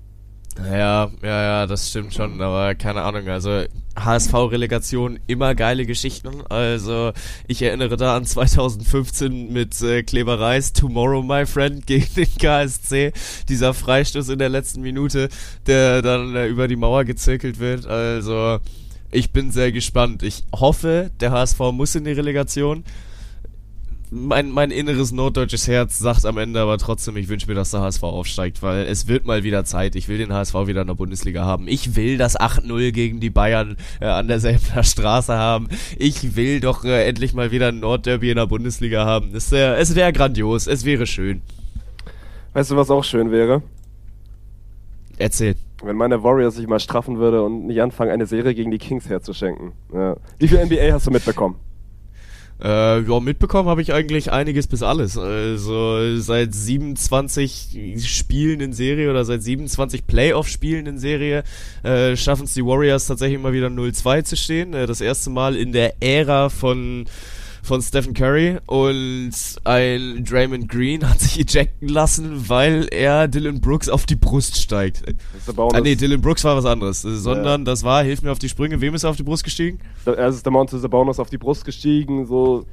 Ja, das stimmt schon, aber keine Ahnung, also HSV-Relegation, immer geile Geschichten, also ich erinnere da an 2015 mit Kleber Reis, Tomorrow My Friend gegen den KSC, dieser Freistoß in der letzten Minute, der dann über die Mauer gezirkelt wird, also ich bin sehr gespannt, ich hoffe, der HSV muss in die Relegation. Mein inneres norddeutsches Herz sagt am Ende aber trotzdem, ich wünsche mir, dass der HSV aufsteigt, weil es wird mal wieder Zeit. Ich will den HSV wieder in der Bundesliga haben. Ich will das 8-0 gegen die Bayern an der Selbener Straße haben. Ich will doch endlich mal wieder ein Nordderby in der Bundesliga haben. Es wäre grandios, es wäre schön. Weißt du, was auch schön wäre? Erzähl. Wenn meine Warriors sich mal straffen würde und nicht anfangen, eine Serie gegen die Kings herzuschenken. Ja. Wie viel NBA hast du mitbekommen? Mitbekommen habe ich eigentlich einiges bis alles. Also seit 27 Spielen in Serie oder seit 27 Playoff-Spielen in Serie schaffen es die Warriors tatsächlich mal wieder 0-2 zu stehen. Das erste Mal in der Ära von Stephen Curry und ein Draymond Green hat sich ejecten lassen, weil er Dylan Brooks auf die Brust steigt. Dylan Brooks war was anderes, sondern das war, hilf mir auf die Sprünge, wem ist er auf die Brust gestiegen? Er ist der Monte Sabonis auf die Brust gestiegen, so.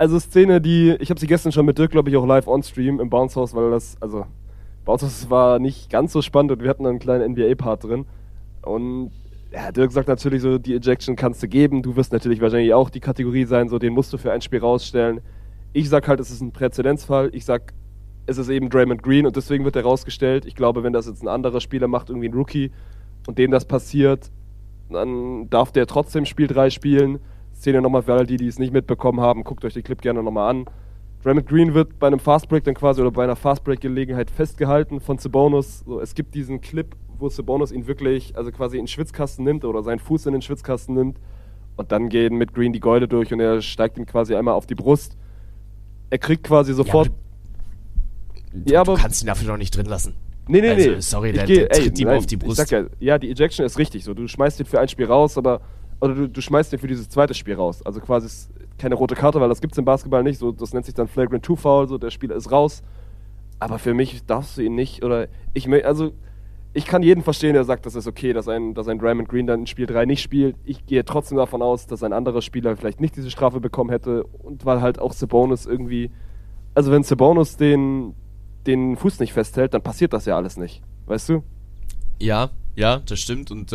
Also Szene, ich habe sie gestern schon mit Dirk, glaube ich, auch live on-stream im Bounce House, weil Bounce House war nicht ganz so spannend und wir hatten einen kleinen NBA-Part drin. Und ja, Dirk sagt natürlich so, die Ejection kannst du geben, du wirst natürlich wahrscheinlich auch die Kategorie sein, so den musst du für ein Spiel rausstellen. Ich sag halt, es ist ein Präzedenzfall, ich sag, es ist eben Draymond Green und deswegen wird er rausgestellt. Ich glaube, wenn das jetzt ein anderer Spieler macht, irgendwie ein Rookie, und dem das passiert, dann darf der trotzdem Spiel 3 spielen. Szene nochmal für alle, die es nicht mitbekommen haben, guckt euch den Clip gerne nochmal an. Draymond Green wird bei einem Fastbreak dann quasi oder bei einer Fastbreak-Gelegenheit festgehalten von Sabonis. So, es gibt diesen Clip, wo Sabonis ihn wirklich, also quasi in den Schwitzkasten nimmt oder seinen Fuß in den Schwitzkasten nimmt und dann gehen mit Green die Gäule durch und er steigt ihm quasi einmal auf die Brust. Er kriegt quasi sofort... Du kannst ihn dafür noch nicht drin lassen. Nee. Sorry, der tritt ihm auf die Brust. Ich sag ja, die Ejection ist richtig so. Du schmeißt ihn für ein Spiel raus, oder du schmeißt ihn für dieses zweite Spiel raus. Also quasi keine rote Karte, weil das gibt's im Basketball nicht. So, das nennt sich dann Flagrant 2 Foul, so der Spieler ist raus. Aber für mich darfst du ihn nicht, oder ich kann jeden verstehen, der sagt, das ist okay, dass ein Draymond Green dann in Spiel 3 nicht spielt. Ich gehe trotzdem davon aus, dass ein anderer Spieler vielleicht nicht diese Strafe bekommen hätte und weil halt auch Sabonis irgendwie, also wenn Sabonis den Fuß nicht festhält, dann passiert das ja alles nicht. Weißt du? Ja, das stimmt. Und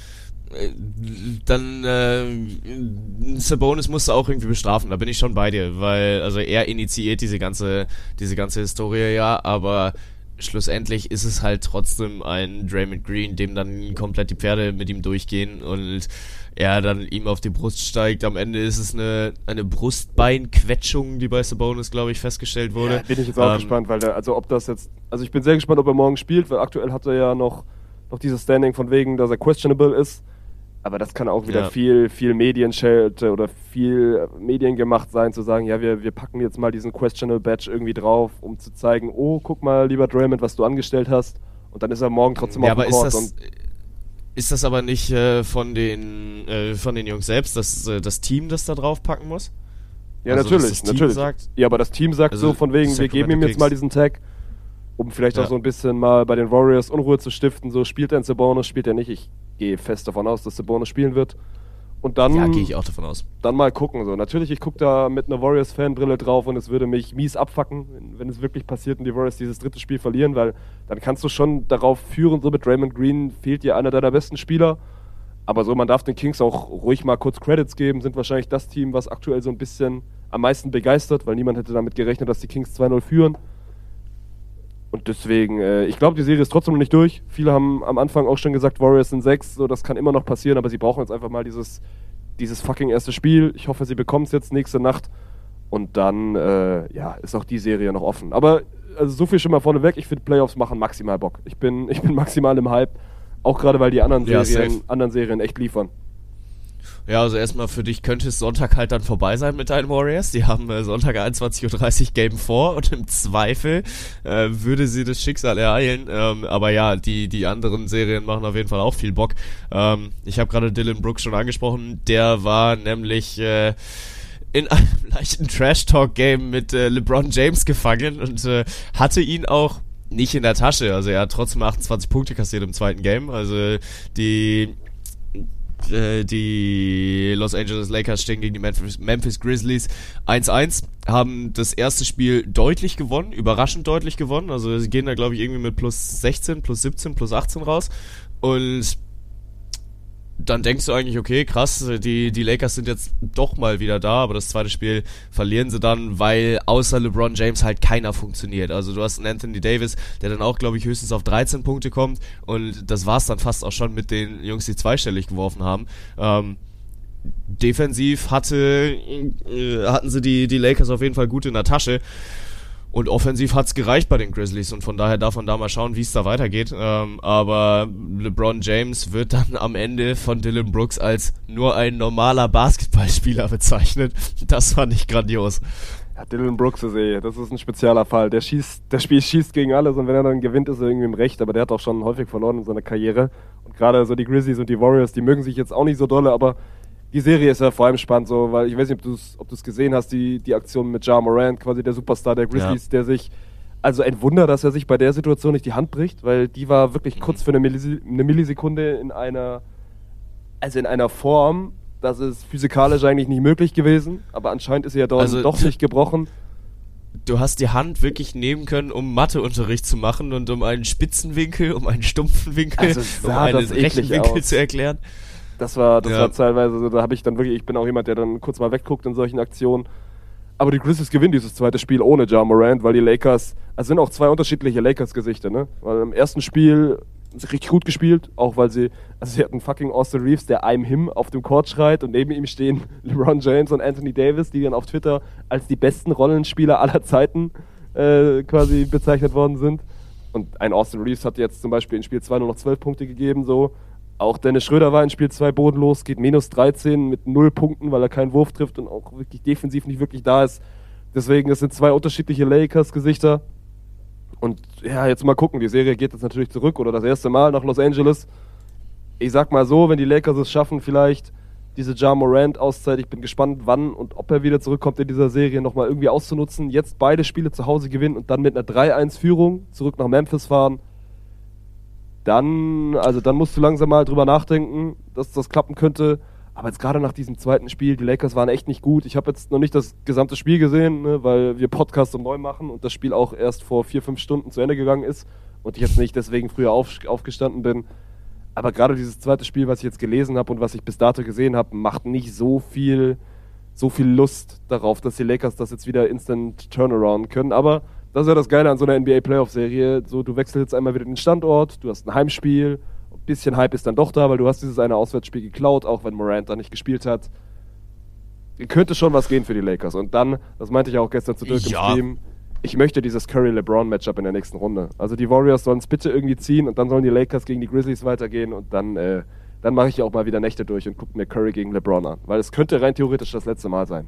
Sabonis musste auch irgendwie bestrafen, da bin ich schon bei dir, weil also er initiiert diese ganze Historie ja, aber schlussendlich ist es halt trotzdem ein Draymond Green, dem dann komplett die Pferde mit ihm durchgehen und er dann ihm auf die Brust steigt. Am Ende ist es eine Brustbeinquetschung, die bei Sabonis, glaube ich, festgestellt wurde. Ja, bin ich jetzt auch gespannt, weil ich bin sehr gespannt, ob er morgen spielt, weil aktuell hat er ja noch dieses Standing von wegen, dass er questionable ist. Aber das kann auch wieder viel Medienschelte oder viel Mediengemacht sein, zu sagen, ja, wir packen jetzt mal diesen questionable Badge irgendwie drauf, um zu zeigen, oh, guck mal, lieber Draymond, was du angestellt hast. Und dann ist er morgen trotzdem auf dem Court. Ist das aber nicht von den Jungs selbst, das Team, das da drauf packen muss? Ja, also, natürlich. Sagt, ja, aber das Team sagt so von wegen, wir geben ihm jetzt mal diesen Tag, um vielleicht auch so ein bisschen mal bei den Warriors Unruhe zu stiften. So, spielt er in Sabonis, spielt er nicht? Ich gehe fest davon aus, dass Sabonis spielen wird. Und dann... Ja, gehe ich auch davon aus. Dann mal gucken. So. Natürlich, ich gucke da mit einer Warriors-Fanbrille drauf und es würde mich mies abfacken, wenn es wirklich passiert und die Warriors dieses dritte Spiel verlieren, weil dann kannst du schon darauf führen, so mit Draymond Green fehlt dir einer deiner besten Spieler. Aber so, man darf den Kings auch ruhig mal kurz Credits geben, sind wahrscheinlich das Team, was aktuell so ein bisschen am meisten begeistert, weil niemand hätte damit gerechnet, dass die Kings 2-0 führen. Und deswegen, ich glaube, die Serie ist trotzdem noch nicht durch. Viele haben am Anfang auch schon gesagt, Warriors sind 6, so das kann immer noch passieren, aber sie brauchen jetzt einfach mal dieses fucking erste Spiel. Ich hoffe, sie bekommen es jetzt nächste Nacht. Und dann, ist auch die Serie noch offen. Aber also so viel schon mal vorneweg, ich finde Playoffs machen maximal Bock. Ich bin maximal im Hype, auch gerade weil die anderen Serien echt liefern. Ja, also erstmal für dich könnte es Sonntag halt dann vorbei sein mit deinen Warriors. Die haben Sonntag 21:30 Uhr Game 4 und im Zweifel würde sie das Schicksal ereilen. Aber ja, die anderen Serien machen auf jeden Fall auch viel Bock. Ich habe gerade Dylan Brooks schon angesprochen. Der war nämlich in einem leichten Trash-Talk-Game mit LeBron James gefangen und hatte ihn auch nicht in der Tasche. Also er hat trotzdem 28 Punkte kassiert im zweiten Game. Also die Los Angeles Lakers stehen gegen die Memphis Grizzlies 1-1, haben das erste Spiel deutlich gewonnen, überraschend deutlich gewonnen, also sie gehen da glaube ich irgendwie mit plus 16, plus 17, plus 18 raus und dann denkst du eigentlich, okay, krass, die Lakers sind jetzt doch mal wieder da, aber das zweite Spiel verlieren sie dann, weil außer LeBron James halt keiner funktioniert. Also du hast einen Anthony Davis, der dann auch, glaube ich, höchstens auf 13 Punkte kommt und das war's dann fast auch schon mit den Jungs, die zweistellig geworfen haben. Defensiv hatten sie die Lakers auf jeden Fall gut in der Tasche. Und offensiv hat's gereicht bei den Grizzlies und von daher darf man da mal schauen, wie es da weitergeht. Aber LeBron James wird dann am Ende von Dylan Brooks als nur ein normaler Basketballspieler bezeichnet. Das fand ich grandios. Ja, Dylan Brooks das ist ein spezieller Fall. Der schießt gegen alles und wenn er dann gewinnt, ist er irgendwie im Recht. Aber der hat auch schon häufig verloren in seiner Karriere. Und gerade so die Grizzlies und die Warriors, die mögen sich jetzt auch nicht so dolle, aber die Serie ist ja vor allem spannend, so, weil ich weiß nicht, ob du es gesehen hast, die Aktion mit Ja Morant, quasi der Superstar der Grizzlies, der sich, also ein Wunder, dass er sich bei der Situation nicht die Hand bricht, weil die war wirklich kurz für eine Millisekunde in einer Form, das ist physikalisch eigentlich nicht möglich gewesen, aber anscheinend ist sie ja doch nicht gebrochen. Du hast die Hand wirklich nehmen können, um Matheunterricht zu machen und um einen spitzen Winkel, um einen stumpfen Winkel, um einen rechten Winkel zu erklären. Das war teilweise so, da habe ich dann wirklich, ich bin auch jemand, der dann kurz mal wegguckt in solchen Aktionen. Aber die Grizzlies gewinnen dieses zweite Spiel ohne Ja Morant, weil die Lakers, also sind auch zwei unterschiedliche Lakers-Gesichter, ne? Weil im ersten Spiel sie richtig gut gespielt, auch weil sie hatten fucking Austin Reeves, der I'm him auf dem Court schreit und neben ihm stehen LeBron James und Anthony Davis, die dann auf Twitter als die besten Rollenspieler aller Zeiten quasi bezeichnet worden sind. Und ein Austin Reeves hat jetzt zum Beispiel in Spiel 2 nur noch 12 Punkte gegeben, so. Auch Dennis Schröder war in Spiel 2 bodenlos, geht minus 13 mit 0 Punkten, weil er keinen Wurf trifft und auch wirklich defensiv nicht wirklich da ist. Deswegen, es sind zwei unterschiedliche Lakers-Gesichter. Und ja, jetzt mal gucken, die Serie geht jetzt natürlich zurück oder das erste Mal nach Los Angeles. Ich sag mal so, wenn die Lakers es schaffen, vielleicht diese Ja Morant-Auszeit, ich bin gespannt, wann und ob er wieder zurückkommt in dieser Serie, nochmal irgendwie auszunutzen. Jetzt beide Spiele zu Hause gewinnen und dann mit einer 3-1-Führung zurück nach Memphis fahren. Dann musst du langsam mal drüber nachdenken, dass das klappen könnte. Aber jetzt gerade nach diesem zweiten Spiel, die Lakers waren echt nicht gut. Ich habe jetzt noch nicht das gesamte Spiel gesehen, ne, weil wir Podcast um 9 machen und das Spiel auch erst vor 4-5 Stunden zu Ende gegangen ist und ich jetzt nicht deswegen früher aufgestanden bin. Aber gerade dieses zweite Spiel, was ich jetzt gelesen habe und was ich bis dato gesehen habe, macht nicht so viel Lust darauf, dass die Lakers das jetzt wieder instant turnaround können. Aber das ist ja das Geile an so einer NBA-Playoff-Serie. So, du wechselst jetzt einmal wieder den Standort, du hast ein Heimspiel, ein bisschen Hype ist dann doch da, weil du hast dieses eine Auswärtsspiel geklaut, auch wenn Morant da nicht gespielt hat. Könnte schon was gehen für die Lakers. Und dann, das meinte ich auch gestern zu Dirk im Stream, ich möchte dieses Curry-LeBron-Matchup in der nächsten Runde. Also die Warriors sollen es bitte irgendwie ziehen und dann sollen die Lakers gegen die Grizzlies weitergehen und dann mache ich auch mal wieder Nächte durch und gucke mir Curry gegen LeBron an. Weil es könnte rein theoretisch das letzte Mal sein.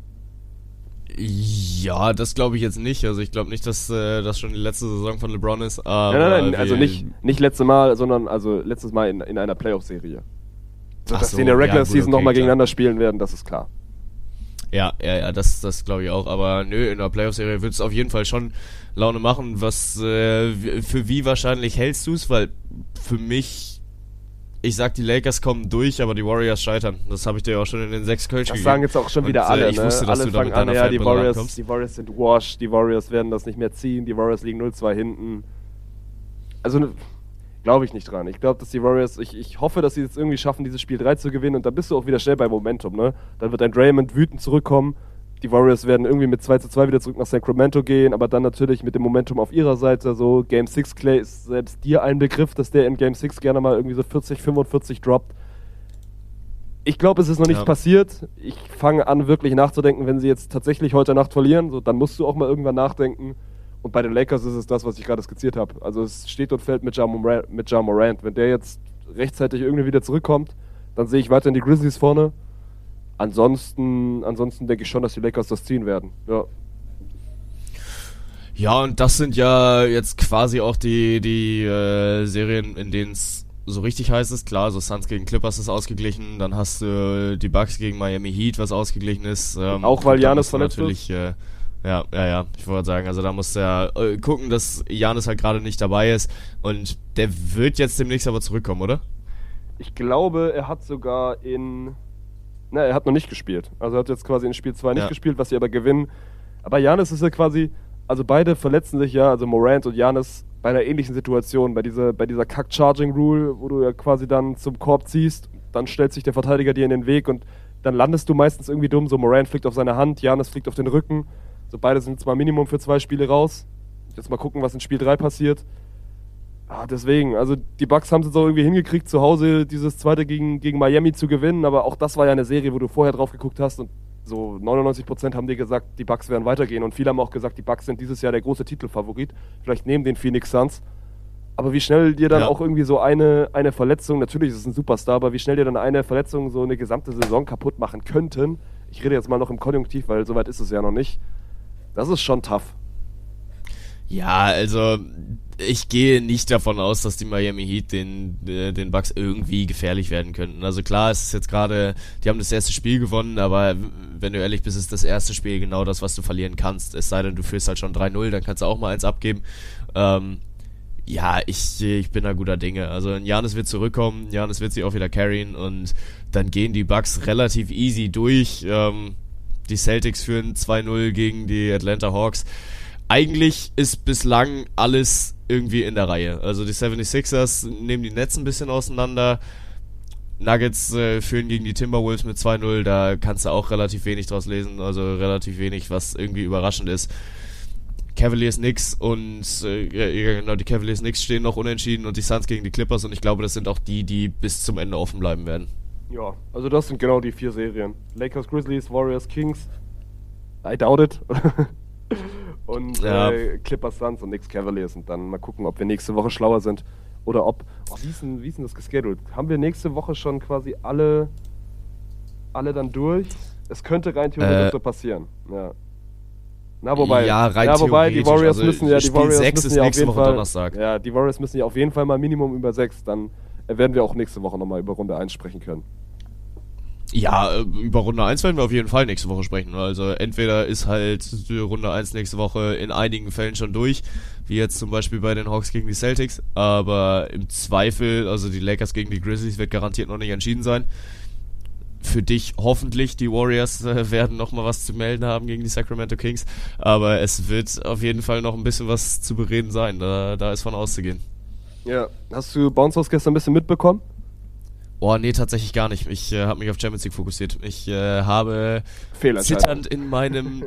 Ja, das glaube ich jetzt nicht. Also ich glaube nicht, dass das schon die letzte Saison von LeBron ist. Nein, also nicht letzte Mal, sondern also letztes Mal in einer Playoff-Serie. So, dass sie in der Regular Season nochmal gegeneinander spielen werden, das ist klar. Ja, das glaube ich auch. Aber nö, in der Playoff-Serie wird es auf jeden Fall schon Laune machen. Für wie wahrscheinlich hältst du es? Weil für mich, ich sag, die Lakers kommen durch, aber die Warriors scheitern. Das habe ich dir auch schon in den 6 Kölsch gegeben. Das sagen jetzt auch schon wieder alle, ich wusste, dass alle du da mit fangen deiner an, die Fanbrille Warriors sind washed, die Warriors werden das nicht mehr ziehen, die Warriors liegen 0-2 hinten. Also glaube ich nicht dran. Ich glaube, dass die Warriors, ich hoffe, dass sie jetzt irgendwie schaffen, dieses Spiel 3 zu gewinnen und dann bist du auch wieder schnell bei Momentum, ne? Dann wird ein Draymond wütend zurückkommen. Die Warriors werden irgendwie mit 2-2 wieder zurück nach Sacramento gehen, aber dann natürlich mit dem Momentum auf ihrer Seite. So Game 6 Clay ist selbst dir ein Begriff, dass der in Game 6 gerne mal irgendwie so 40, 45 droppt. Ich glaube, es ist noch nichts passiert. Ich fange an, wirklich nachzudenken, wenn sie jetzt tatsächlich heute Nacht verlieren, so, dann musst du auch mal irgendwann nachdenken. Und bei den Lakers ist es das, was ich gerade skizziert habe. Also es steht und fällt mit Ja Morant. Wenn der jetzt rechtzeitig irgendwie wieder zurückkommt, dann sehe ich weiterhin die Grizzlies vorne. Ansonsten denke ich schon, dass die Lakers das ziehen werden. Ja. Ja, und das sind ja jetzt quasi auch die Serien, in denen es so richtig heiß ist. Klar, so Suns gegen Clippers ist ausgeglichen. Dann hast du die Bucks gegen Miami Heat, was ausgeglichen ist. Auch weil Giannis verletzt ist? Ja, ich wollte sagen, also da musst du ja gucken, dass Giannis halt gerade nicht dabei ist. Und der wird jetzt demnächst aber zurückkommen, oder? Ich glaube, er hat sogar er hat noch nicht gespielt. Also er hat jetzt quasi in Spiel 2 nicht gespielt, was sie aber gewinnen. Aber Giannis ist ja quasi, also beide verletzen sich ja, also Morant und Giannis, bei einer ähnlichen Situation, bei dieser Kack-Charging-Rule, wo du ja quasi dann zum Korb ziehst, dann stellt sich der Verteidiger dir in den Weg und dann landest du meistens irgendwie dumm. So Morant fliegt auf seine Hand, Giannis fliegt auf den Rücken. So beide sind zwar Minimum für 2 Spiele raus. Jetzt mal gucken, was in Spiel 3 passiert. Deswegen, also die Bucks haben es jetzt auch irgendwie hingekriegt, zu Hause dieses zweite gegen Miami zu gewinnen, aber auch das war ja eine Serie, wo du vorher drauf geguckt hast und so 99% haben dir gesagt, die Bucks werden weitergehen und viele haben auch gesagt, die Bucks sind dieses Jahr der große Titelfavorit, vielleicht neben den Phoenix Suns. Aber wie schnell dir dann auch irgendwie so eine Verletzung, natürlich ist es ein Superstar, aber wie schnell dir dann eine Verletzung so eine gesamte Saison kaputt machen könnten, ich rede jetzt mal noch im Konjunktiv, weil soweit ist es ja noch nicht, das ist schon tough. Ja, also ich gehe nicht davon aus, dass die Miami Heat den Bucks irgendwie gefährlich werden könnten. Also klar, es ist jetzt gerade, die haben das erste Spiel gewonnen, aber wenn du ehrlich bist, ist das erste Spiel genau das, was du verlieren kannst. Es sei denn, du führst halt schon 3-0, dann kannst du auch mal eins abgeben. Ja, ich bin da guter Dinge. Also Giannis wird zurückkommen, Giannis wird sich auch wieder carryen und dann gehen die Bucks relativ easy durch. Die Celtics führen 2-0 gegen die Atlanta Hawks. Eigentlich ist bislang alles irgendwie in der Reihe. Also die 76ers nehmen die Nets ein bisschen auseinander. Nuggets führen gegen die Timberwolves mit 2-0. Da kannst du auch relativ wenig draus lesen. Also relativ wenig, was irgendwie überraschend ist. Cavaliers Knicks und genau, die Cavaliers Knicks stehen noch unentschieden und die Suns gegen die Clippers und ich glaube, das sind auch die bis zum Ende offen bleiben werden. Ja, also das sind genau die 4 Serien. Lakers, Grizzlies, Warriors, Kings. I doubt it. Und Clippers, Suns und Knicks, Cavaliers. Und dann mal gucken, ob wir nächste Woche schlauer sind. Oder ob... wie ist denn das geschedult? Haben wir nächste Woche schon quasi alle dann durch? Es könnte rein theoretisch so passieren. Ja. Wobei, die Warriors also müssen ja... Die Warriors 6 müssen ist ja nächste Woche Donnerstag. Ja, die Warriors müssen ja auf jeden Fall mal Minimum über 6. Dann werden wir auch nächste Woche nochmal über Runde 1 sprechen können. Ja, über Runde 1 werden wir auf jeden Fall nächste Woche sprechen. Also entweder ist halt die Runde 1 nächste Woche in einigen Fällen schon durch, wie jetzt zum Beispiel bei den Hawks gegen die Celtics, aber im Zweifel, also die Lakers gegen die Grizzlies wird garantiert noch nicht entschieden sein. Für dich hoffentlich, die Warriors werden nochmal was zu melden haben gegen die Sacramento Kings, aber es wird auf jeden Fall noch ein bisschen was zu bereden sein, da ist von auszugehen. Ja, hast du Bounce House gestern ein bisschen mitbekommen? Oh, nee, tatsächlich gar nicht. Ich habe mich auf Champions League fokussiert. Ich habe zitternd in meinem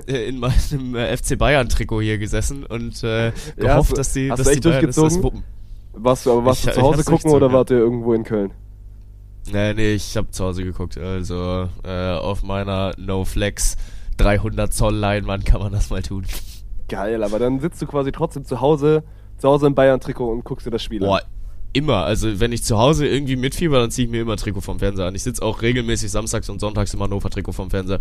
FC Bayern Trikot hier gesessen und gehofft, dass die Bayern das wuppen. Warst du zu Hause gucken oder wart ihr irgendwo in Köln? Nee, ich habe zu Hause geguckt. Also auf meiner No-Flex 300 Zoll Leinwand kann man das mal tun. Geil, aber dann sitzt du quasi trotzdem zu Hause im Bayern-Trikot und guckst dir das Spiel an. Boah, immer. Also wenn ich zu Hause irgendwie mitfieber, dann ziehe ich mir immer Trikot vom Fernseher an. Ich sitze auch regelmäßig samstags und sonntags im Hannover-Trikot vom Fernseher.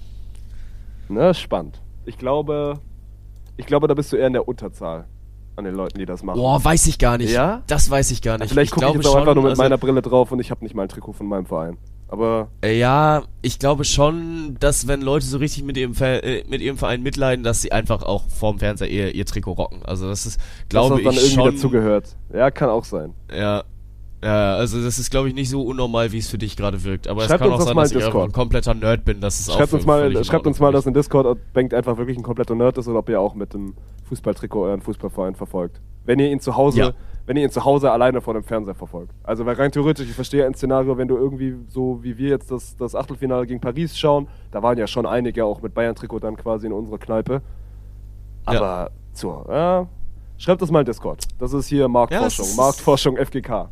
Na, spannend. Ich glaube, da bist du eher in der Unterzahl an den Leuten, die das machen. Boah, weiß ich gar nicht. Ja? Das weiß ich gar nicht. Vielleicht gucke ich jetzt auch einfach nur mit meiner Brille drauf und ich habe nicht mal ein Trikot von meinem Verein. Aber ja, ich glaube schon, dass wenn Leute so richtig mit ihrem Verein mitleiden, dass sie einfach auch vorm Fernseher ihr Trikot rocken. Also das ist, glaube ich, dann irgendwie schon dazugehört. Ja, kann auch sein. Ja, also das ist, glaube ich, nicht so unnormal, wie es für dich gerade wirkt. Aber schreibt es kann uns auch sein, dass ich einfach ein kompletter Nerd bin. Das ist schreibt uns mal das in Discord, ob Bengt einfach wirklich ein kompletter Nerd ist oder ob ihr auch mit dem Fußballtrikot euren Fußballverein verfolgt. Wenn ihr ihn zu Hause alleine vor dem Fernseher verfolgt. Also weil rein theoretisch, ich verstehe ein Szenario, wenn du irgendwie so wie wir jetzt das Achtelfinale gegen Paris schauen, da waren ja schon einige auch mit Bayern-Trikot dann quasi in unserer Kneipe. Aber schreibt das mal in Discord. Das ist hier Marktforschung. Ja, Marktforschung FGK.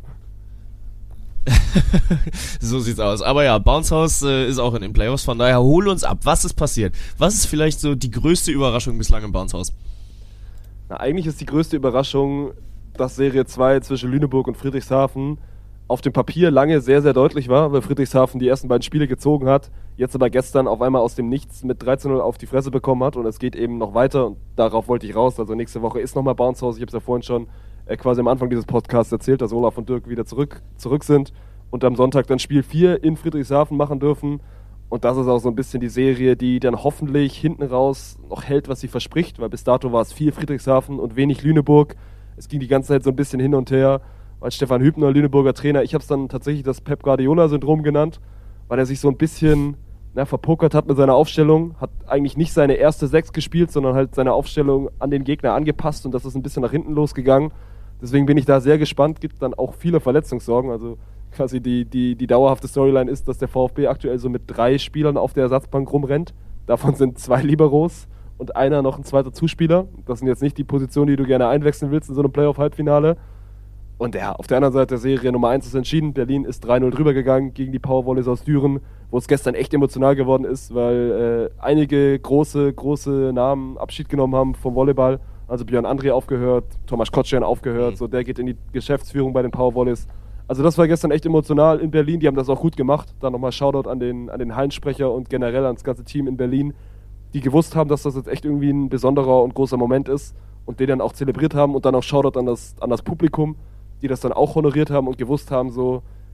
So sieht's aus. Aber ja, Bounce House ist auch in den Playoffs, von daher hol uns ab. Was ist passiert? Was ist vielleicht so die größte Überraschung bislang im Bounce House? Na, eigentlich ist die größte Überraschung, dass Serie 2 zwischen Lüneburg und Friedrichshafen auf dem Papier lange sehr, sehr deutlich war, weil Friedrichshafen die ersten beiden Spiele gezogen hat, jetzt aber gestern auf einmal aus dem Nichts mit 13-0 auf die Fresse bekommen hat und es geht eben noch weiter und darauf wollte ich raus. Also nächste Woche ist nochmal Bounce House. Ich habe es ja vorhin schon quasi am Anfang dieses Podcasts erzählt, dass Olaf und Dirk wieder zurück sind und am Sonntag dann Spiel 4 in Friedrichshafen machen dürfen. Und das ist auch so ein bisschen die Serie, die dann hoffentlich hinten raus noch hält, was sie verspricht, weil bis dato war es viel Friedrichshafen und wenig Lüneburg. Es ging die ganze Zeit so ein bisschen hin und her, weil Stefan Hübner, Lüneburger Trainer, ich habe es dann tatsächlich das Pep Guardiola-Syndrom genannt, weil er sich so ein bisschen verpokert hat mit seiner Aufstellung, hat eigentlich nicht seine erste 6 gespielt, sondern halt seine Aufstellung an den Gegner angepasst und das ist ein bisschen nach hinten losgegangen. Deswegen bin ich da sehr gespannt, gibt dann auch viele Verletzungssorgen, also quasi die dauerhafte Storyline ist, dass der VfB aktuell so mit 3 Spielern auf der Ersatzbank rumrennt. Davon sind 2 Liberos und einer noch ein zweiter Zuspieler. Das sind jetzt nicht die Positionen, die du gerne einwechseln willst in so einem Playoff-Halbfinale. Und ja, auf der anderen Seite der Serie Nummer 1 ist entschieden. Berlin ist 3-0 drüber gegangen gegen die Powervolleys aus Düren, wo es gestern echt emotional geworden ist, weil einige große Namen Abschied genommen haben vom Volleyball. Also Björn André aufgehört, Tomasz Kotschan aufgehört, so der geht in die Geschäftsführung bei den Powervolleys. Also das war gestern echt emotional in Berlin, die haben das auch gut gemacht. Dann nochmal Shoutout an den Hallensprecher und generell ans ganze Team in Berlin, die gewusst haben, dass das jetzt echt irgendwie ein besonderer und großer Moment ist und den dann auch zelebriert haben und dann auch Shoutout an das Publikum, die das dann auch honoriert haben und gewusst haben, so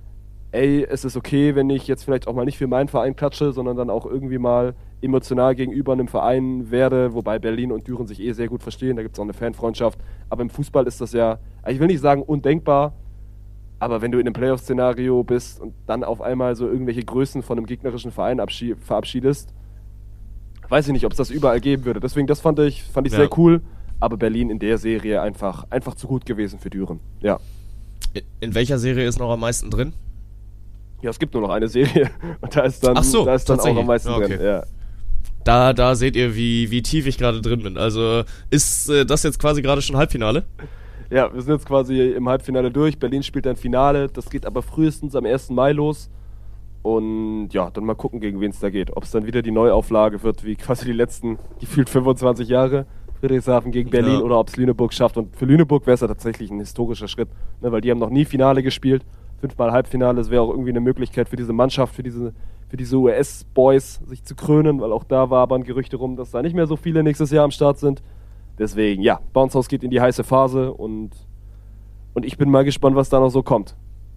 ey, es ist okay, wenn ich jetzt vielleicht auch mal nicht für meinen Verein klatsche, sondern dann auch irgendwie mal emotional gegenüber einem Verein werde, wobei Berlin und Düren sich sehr gut verstehen, da gibt es auch eine Fanfreundschaft, aber im Fußball ist das ja, ich will nicht sagen undenkbar, aber wenn du in einem Playoff-Szenario bist und dann auf einmal so irgendwelche Größen von einem gegnerischen Verein verabschiedest, weiß ich nicht, ob es das überall geben würde. Deswegen, das fand ich sehr cool, aber Berlin in der Serie einfach zu gut gewesen für Düren, ja. In welcher Serie ist noch am meisten drin? Ja, es gibt nur noch eine Serie und da ist dann auch am meisten drin. Ja. Da seht ihr, wie tief ich gerade drin bin. Also ist das jetzt quasi gerade schon Halbfinale? Ja, wir sind jetzt quasi im Halbfinale durch. Berlin spielt dann Finale. Das geht aber frühestens am 1. Mai los. Und ja, dann mal gucken, gegen wen es da geht. Ob es dann wieder die Neuauflage wird, wie quasi die letzten gefühlt 25 Jahre. Friedrichshafen gegen Berlin oder ob es Lüneburg schafft. Und für Lüneburg wäre es ja tatsächlich ein historischer Schritt, ne, weil die haben noch nie Finale gespielt. 5-mal Halbfinale, das wäre auch irgendwie eine Möglichkeit für diese Mannschaft, für diese US-Boys sich zu krönen, weil auch da wabern Gerüchte rum, dass da nicht mehr so viele nächstes Jahr am Start sind. Deswegen, ja, Bounce House geht in die heiße Phase und ich bin mal gespannt, was da noch so kommt.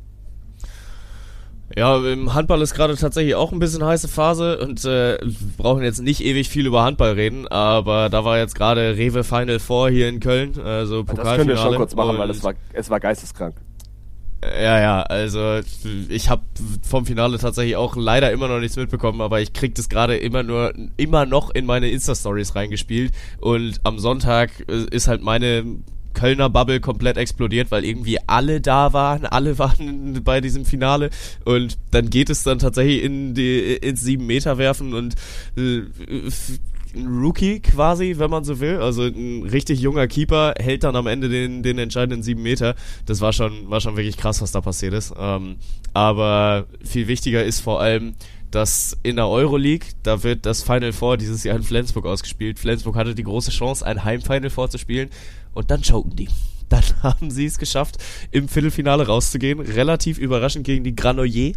Ja, im Handball ist gerade tatsächlich auch ein bisschen heiße Phase und wir brauchen jetzt nicht ewig viel über Handball reden, aber da war jetzt gerade Rewe Final Four hier in Köln, also Pokalfinale. Das können wir schon kurz machen, weil es war geisteskrank. Ja, also ich habe vom Finale tatsächlich auch leider immer noch nichts mitbekommen, aber ich krieg das gerade immer noch in meine Insta-Stories reingespielt und am Sonntag ist halt meine Kölner Bubble komplett explodiert, weil irgendwie alle waren bei diesem Finale und dann geht es dann tatsächlich ins 7-Meter werfen und ein Rookie quasi, wenn man so will, also ein richtig junger Keeper hält dann am Ende den entscheidenden 7 Meter. Das war schon wirklich krass, was da passiert ist. Aber viel wichtiger ist vor allem, dass in der Euroleague, da wird das Final Four dieses Jahr in Flensburg ausgespielt. Flensburg hatte die große Chance, ein Heim-Final Four zu spielen und dann choken die. Dann haben sie es geschafft, im Viertelfinale rauszugehen. Relativ überraschend gegen die Granollers.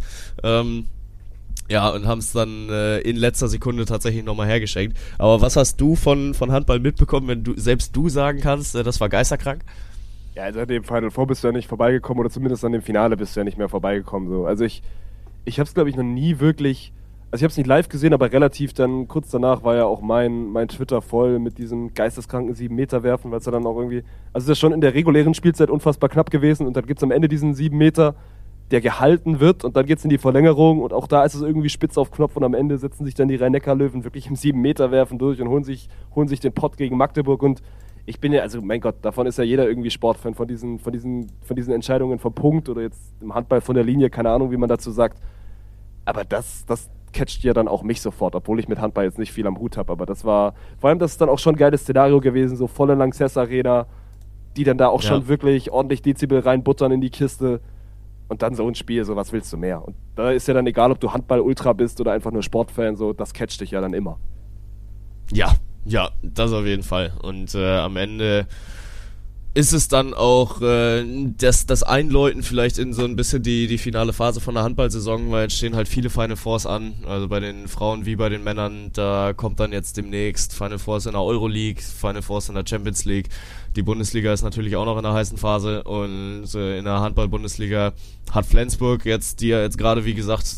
Ja, und haben es dann in letzter Sekunde tatsächlich nochmal hergeschenkt. Aber was hast du von Handball mitbekommen, wenn du sagen kannst, das war geisterkrank? Ja, also an dem Final Four bist du ja nicht vorbeigekommen oder zumindest an dem Finale bist du ja nicht mehr vorbeigekommen. So. Also ich habe es, glaube ich, noch nie wirklich, also ich habe es nicht live gesehen, aber relativ dann kurz danach war ja auch mein Twitter voll mit diesem geisteskranken 7-Meter-Werfen, weil es ja dann auch irgendwie, also das ist schon in der regulären Spielzeit unfassbar knapp gewesen und dann gibt es am Ende diesen 7 Meter, der gehalten wird und dann geht es in die Verlängerung und auch da ist es irgendwie spitz auf Knopf und am Ende setzen sich dann die Rhein-Neckar-Löwen wirklich im 7-Meter-Werfen durch und holen sich den Pott gegen Magdeburg und ich bin ja, also mein Gott, davon ist ja jeder irgendwie Sportfan, von diesen Entscheidungen vom Punkt oder jetzt im Handball von der Linie, keine Ahnung, wie man dazu sagt, aber das catcht ja dann auch mich sofort, obwohl ich mit Handball jetzt nicht viel am Hut habe, aber das war, vor allem das ist dann auch schon ein geiles Szenario gewesen, so volle Lanxess Arena, die dann da auch schon wirklich ordentlich Dezibel reinbuttern in die Kiste. Und dann so ein Spiel, so was willst du mehr? Und da ist ja dann egal, ob du Handball-Ultra bist oder einfach nur Sportfan, so das catcht dich ja dann immer. Ja, das auf jeden Fall. Und am Ende ist es dann auch das Einläuten vielleicht in so ein bisschen die finale Phase von der Handballsaison, weil jetzt stehen halt viele Final Fours an, also bei den Frauen wie bei den Männern, da kommt dann jetzt demnächst Final Fours in der Euroleague, Final Fours in der Champions League, die Bundesliga ist natürlich auch noch in der heißen Phase und in der Handball-Bundesliga hat Flensburg die ja jetzt gerade, wie gesagt,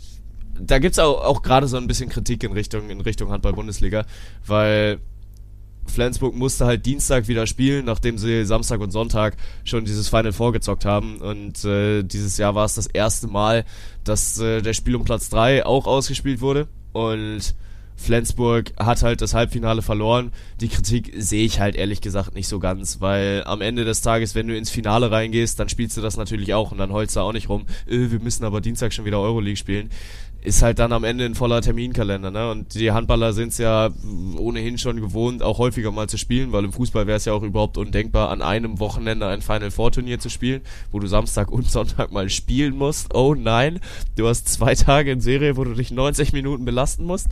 da gibt's auch gerade so ein bisschen Kritik in Richtung Handball-Bundesliga, weil Flensburg musste halt Dienstag wieder spielen, nachdem sie Samstag und Sonntag schon dieses Final Four gezockt haben und dieses Jahr war es das erste Mal, dass der Spiel um Platz 3 auch ausgespielt wurde und Flensburg hat halt das Halbfinale verloren. Die Kritik sehe ich halt ehrlich gesagt nicht so ganz, weil am Ende des Tages, wenn du ins Finale reingehst, dann spielst du das natürlich auch und dann heulst du auch nicht rum, wir müssen aber Dienstag schon wieder Euroleague spielen. Ist halt dann am Ende ein voller Terminkalender, ne? Und die Handballer sind es ja ohnehin schon gewohnt, auch häufiger mal zu spielen, weil im Fußball wäre es ja auch überhaupt undenkbar, an einem Wochenende ein Final Four Turnier zu spielen, wo du Samstag und Sonntag mal spielen musst. Oh nein, du hast 2 Tage in Serie, wo du dich 90 Minuten belasten musst.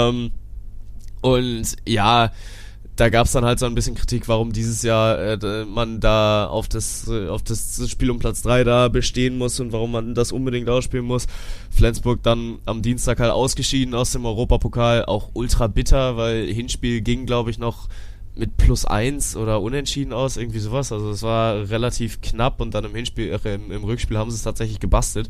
Und ja, da gab es dann halt so ein bisschen Kritik, warum dieses Jahr man da auf das Spiel um Platz 3 da bestehen muss und warum man das unbedingt ausspielen muss. Flensburg dann am Dienstag halt ausgeschieden aus dem Europapokal, auch ultra bitter, weil Hinspiel ging, glaube ich, noch mit +1 oder unentschieden aus, irgendwie sowas. Also es war relativ knapp und dann im Rückspiel haben sie es tatsächlich gebastelt.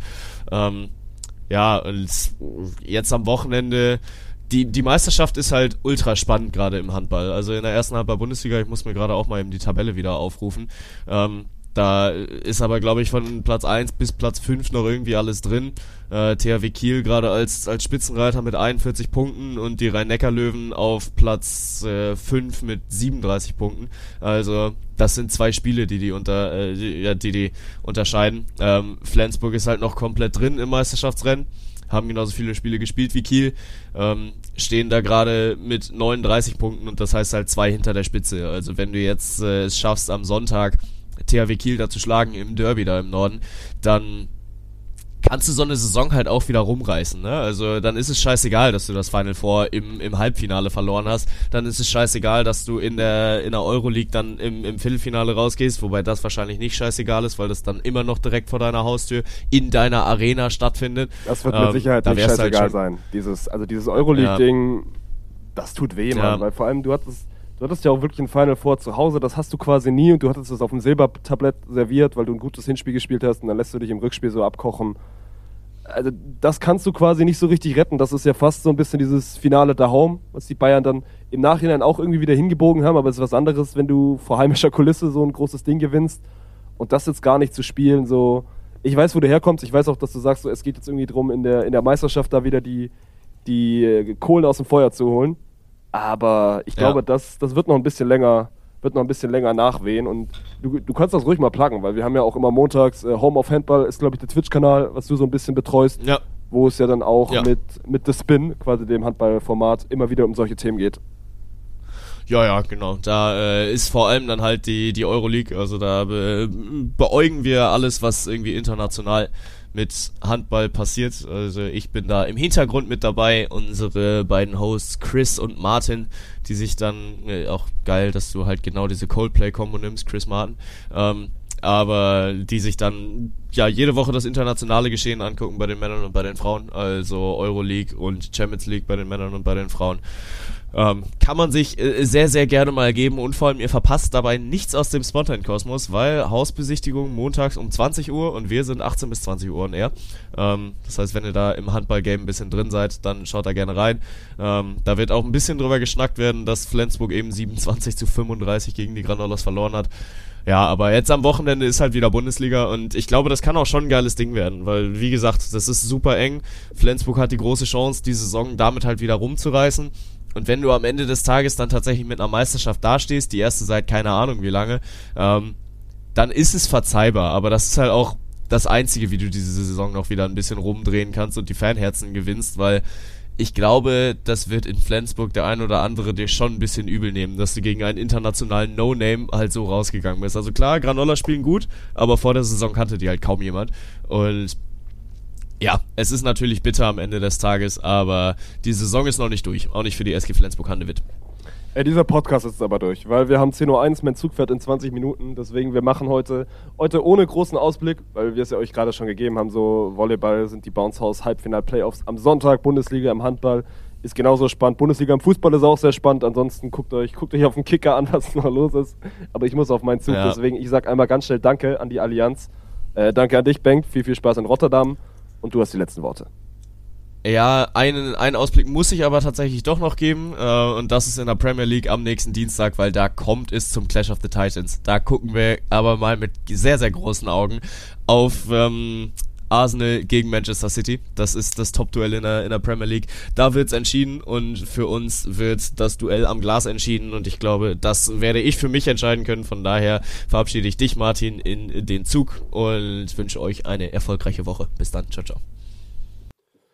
Ja, und jetzt am Wochenende, die Meisterschaft ist halt ultra spannend gerade im Handball. Also in der ersten Handball-Bundesliga, ich muss mir gerade auch mal eben die Tabelle wieder aufrufen, da ist aber, glaube ich, von Platz 1 bis Platz 5 noch irgendwie alles drin. THW Kiel gerade als Spitzenreiter mit 41 Punkten und die Rhein-Neckar-Löwen auf Platz 5 mit 37 Punkten. Also das sind 2 Spiele, die unterscheiden. Flensburg ist halt noch komplett drin im Meisterschaftsrennen, haben genauso viele Spiele gespielt wie Kiel, stehen da gerade mit 39 Punkten und das heißt halt 2 hinter der Spitze. Also wenn du jetzt es schaffst, am Sonntag THW Kiel da zu schlagen im Derby da im Norden, dann kannst du so eine Saison halt auch wieder rumreißen, ne? Also dann ist es scheißegal, dass du das Final Four im Halbfinale verloren hast, dann ist es scheißegal, dass du in der Euroleague dann im Viertelfinale rausgehst, wobei das wahrscheinlich nicht scheißegal ist, weil das dann immer noch direkt vor deiner Haustür in deiner Arena stattfindet. Das wird mit Sicherheit nicht scheißegal halt sein. Dieses Euroleague-Ding, das tut weh, Mann, weil vor allem du hattest ja auch wirklich ein Final Four zu Hause, das hast du quasi nie und du hattest es auf dem Silbertablett serviert, weil du ein gutes Hinspiel gespielt hast und dann lässt du dich im Rückspiel so abkochen. Also das kannst du quasi nicht so richtig retten, das ist ja fast so ein bisschen dieses Finale daheim, was die Bayern dann im Nachhinein auch irgendwie wieder hingebogen haben, aber es ist was anderes, wenn du vor heimischer Kulisse so ein großes Ding gewinnst und das jetzt gar nicht zu spielen, so, ich weiß, wo du herkommst, ich weiß auch, dass du sagst, so, es geht jetzt irgendwie drum, in der Meisterschaft da wieder die Kohlen aus dem Feuer zu holen. Aber ich glaube, das wird noch ein bisschen länger nachwehen und du kannst das ruhig mal pluggen, weil wir haben ja auch immer montags Home of Handball ist, glaube ich, der Twitch-Kanal, was du so ein bisschen betreust, wo es ja dann auch mit The Spin, quasi dem Handballformat, immer wieder um solche Themen geht. Ja, genau. Da ist vor allem dann halt die Euroleague, also da beäugen wir alles, was irgendwie international mit Handball passiert. Also ich bin da im Hintergrund mit dabei. Unsere beiden Hosts Chris und Martin, die sich dann, auch geil, dass du halt genau diese Coldplay-Kombo nimmst, Chris Martin, aber die sich dann jede Woche das internationale Geschehen angucken bei den Männern und bei den Frauen, also Euroleague und Champions League bei den Männern und bei den Frauen. Kann man sich sehr, sehr gerne mal geben und vor allem ihr verpasst dabei nichts aus dem Spontan-Kosmos, weil Hausbesichtigung montags um 20 Uhr und wir sind 18 bis 20 Uhr on air. Das heißt, wenn ihr da im Handball-Game ein bisschen drin seid, dann schaut da gerne rein. Da wird auch ein bisschen drüber geschnackt werden, dass Flensburg eben 27-35 gegen die Granollers verloren hat. Ja, aber jetzt am Wochenende ist halt wieder Bundesliga und ich glaube, das kann auch schon ein geiles Ding werden, weil, wie gesagt, das ist super eng. Flensburg hat die große Chance, die Saison damit halt wieder rumzureißen. Und wenn du am Ende des Tages dann tatsächlich mit einer Meisterschaft dastehst, die erste seit keine Ahnung wie lange, dann ist es verzeihbar. Aber das ist halt auch das Einzige, wie du diese Saison noch wieder ein bisschen rumdrehen kannst und die Fanherzen gewinnst, weil ich glaube, das wird in Flensburg der ein oder andere dir schon ein bisschen übel nehmen, dass du gegen einen internationalen No-Name halt so rausgegangen bist. Also klar, Granolla spielen gut, aber vor der Saison kannte die halt kaum jemand. Und ja, es ist natürlich bitter am Ende des Tages, aber die Saison ist noch nicht durch, auch nicht für die SG Flensburg-Handewitt. Dieser Podcast ist aber durch, weil wir haben 10.01 Uhr, mein Zug fährt in 20 Minuten, deswegen wir machen heute ohne großen Ausblick, weil wir es ja euch gerade schon gegeben haben, so Volleyball sind die Bounce House Halbfinal-Playoffs am Sonntag, Bundesliga im Handball ist genauso spannend, Bundesliga im Fußball ist auch sehr spannend, ansonsten guckt euch auf den Kicker an, was noch los ist, aber ich muss auf meinen Zug, deswegen ich sag einmal ganz schnell Danke an die Allianz, danke an dich, Bengt, viel Spaß in Rotterdam. Und du hast die letzten Worte. Ja, einen Ausblick muss ich aber tatsächlich doch noch geben. Und das ist in der Premier League am nächsten Dienstag, weil da kommt es zum Clash of the Titans. Da gucken wir aber mal mit sehr, sehr großen Augen auf Arsenal gegen Manchester City. Das ist das Top-Duell in der Premier League. Da wird's entschieden und für uns wird das Duell am Glas entschieden und ich glaube, das werde ich für mich entscheiden können. Von daher verabschiede ich dich, Martin, in den Zug und wünsche euch eine erfolgreiche Woche. Bis dann. Ciao, ciao.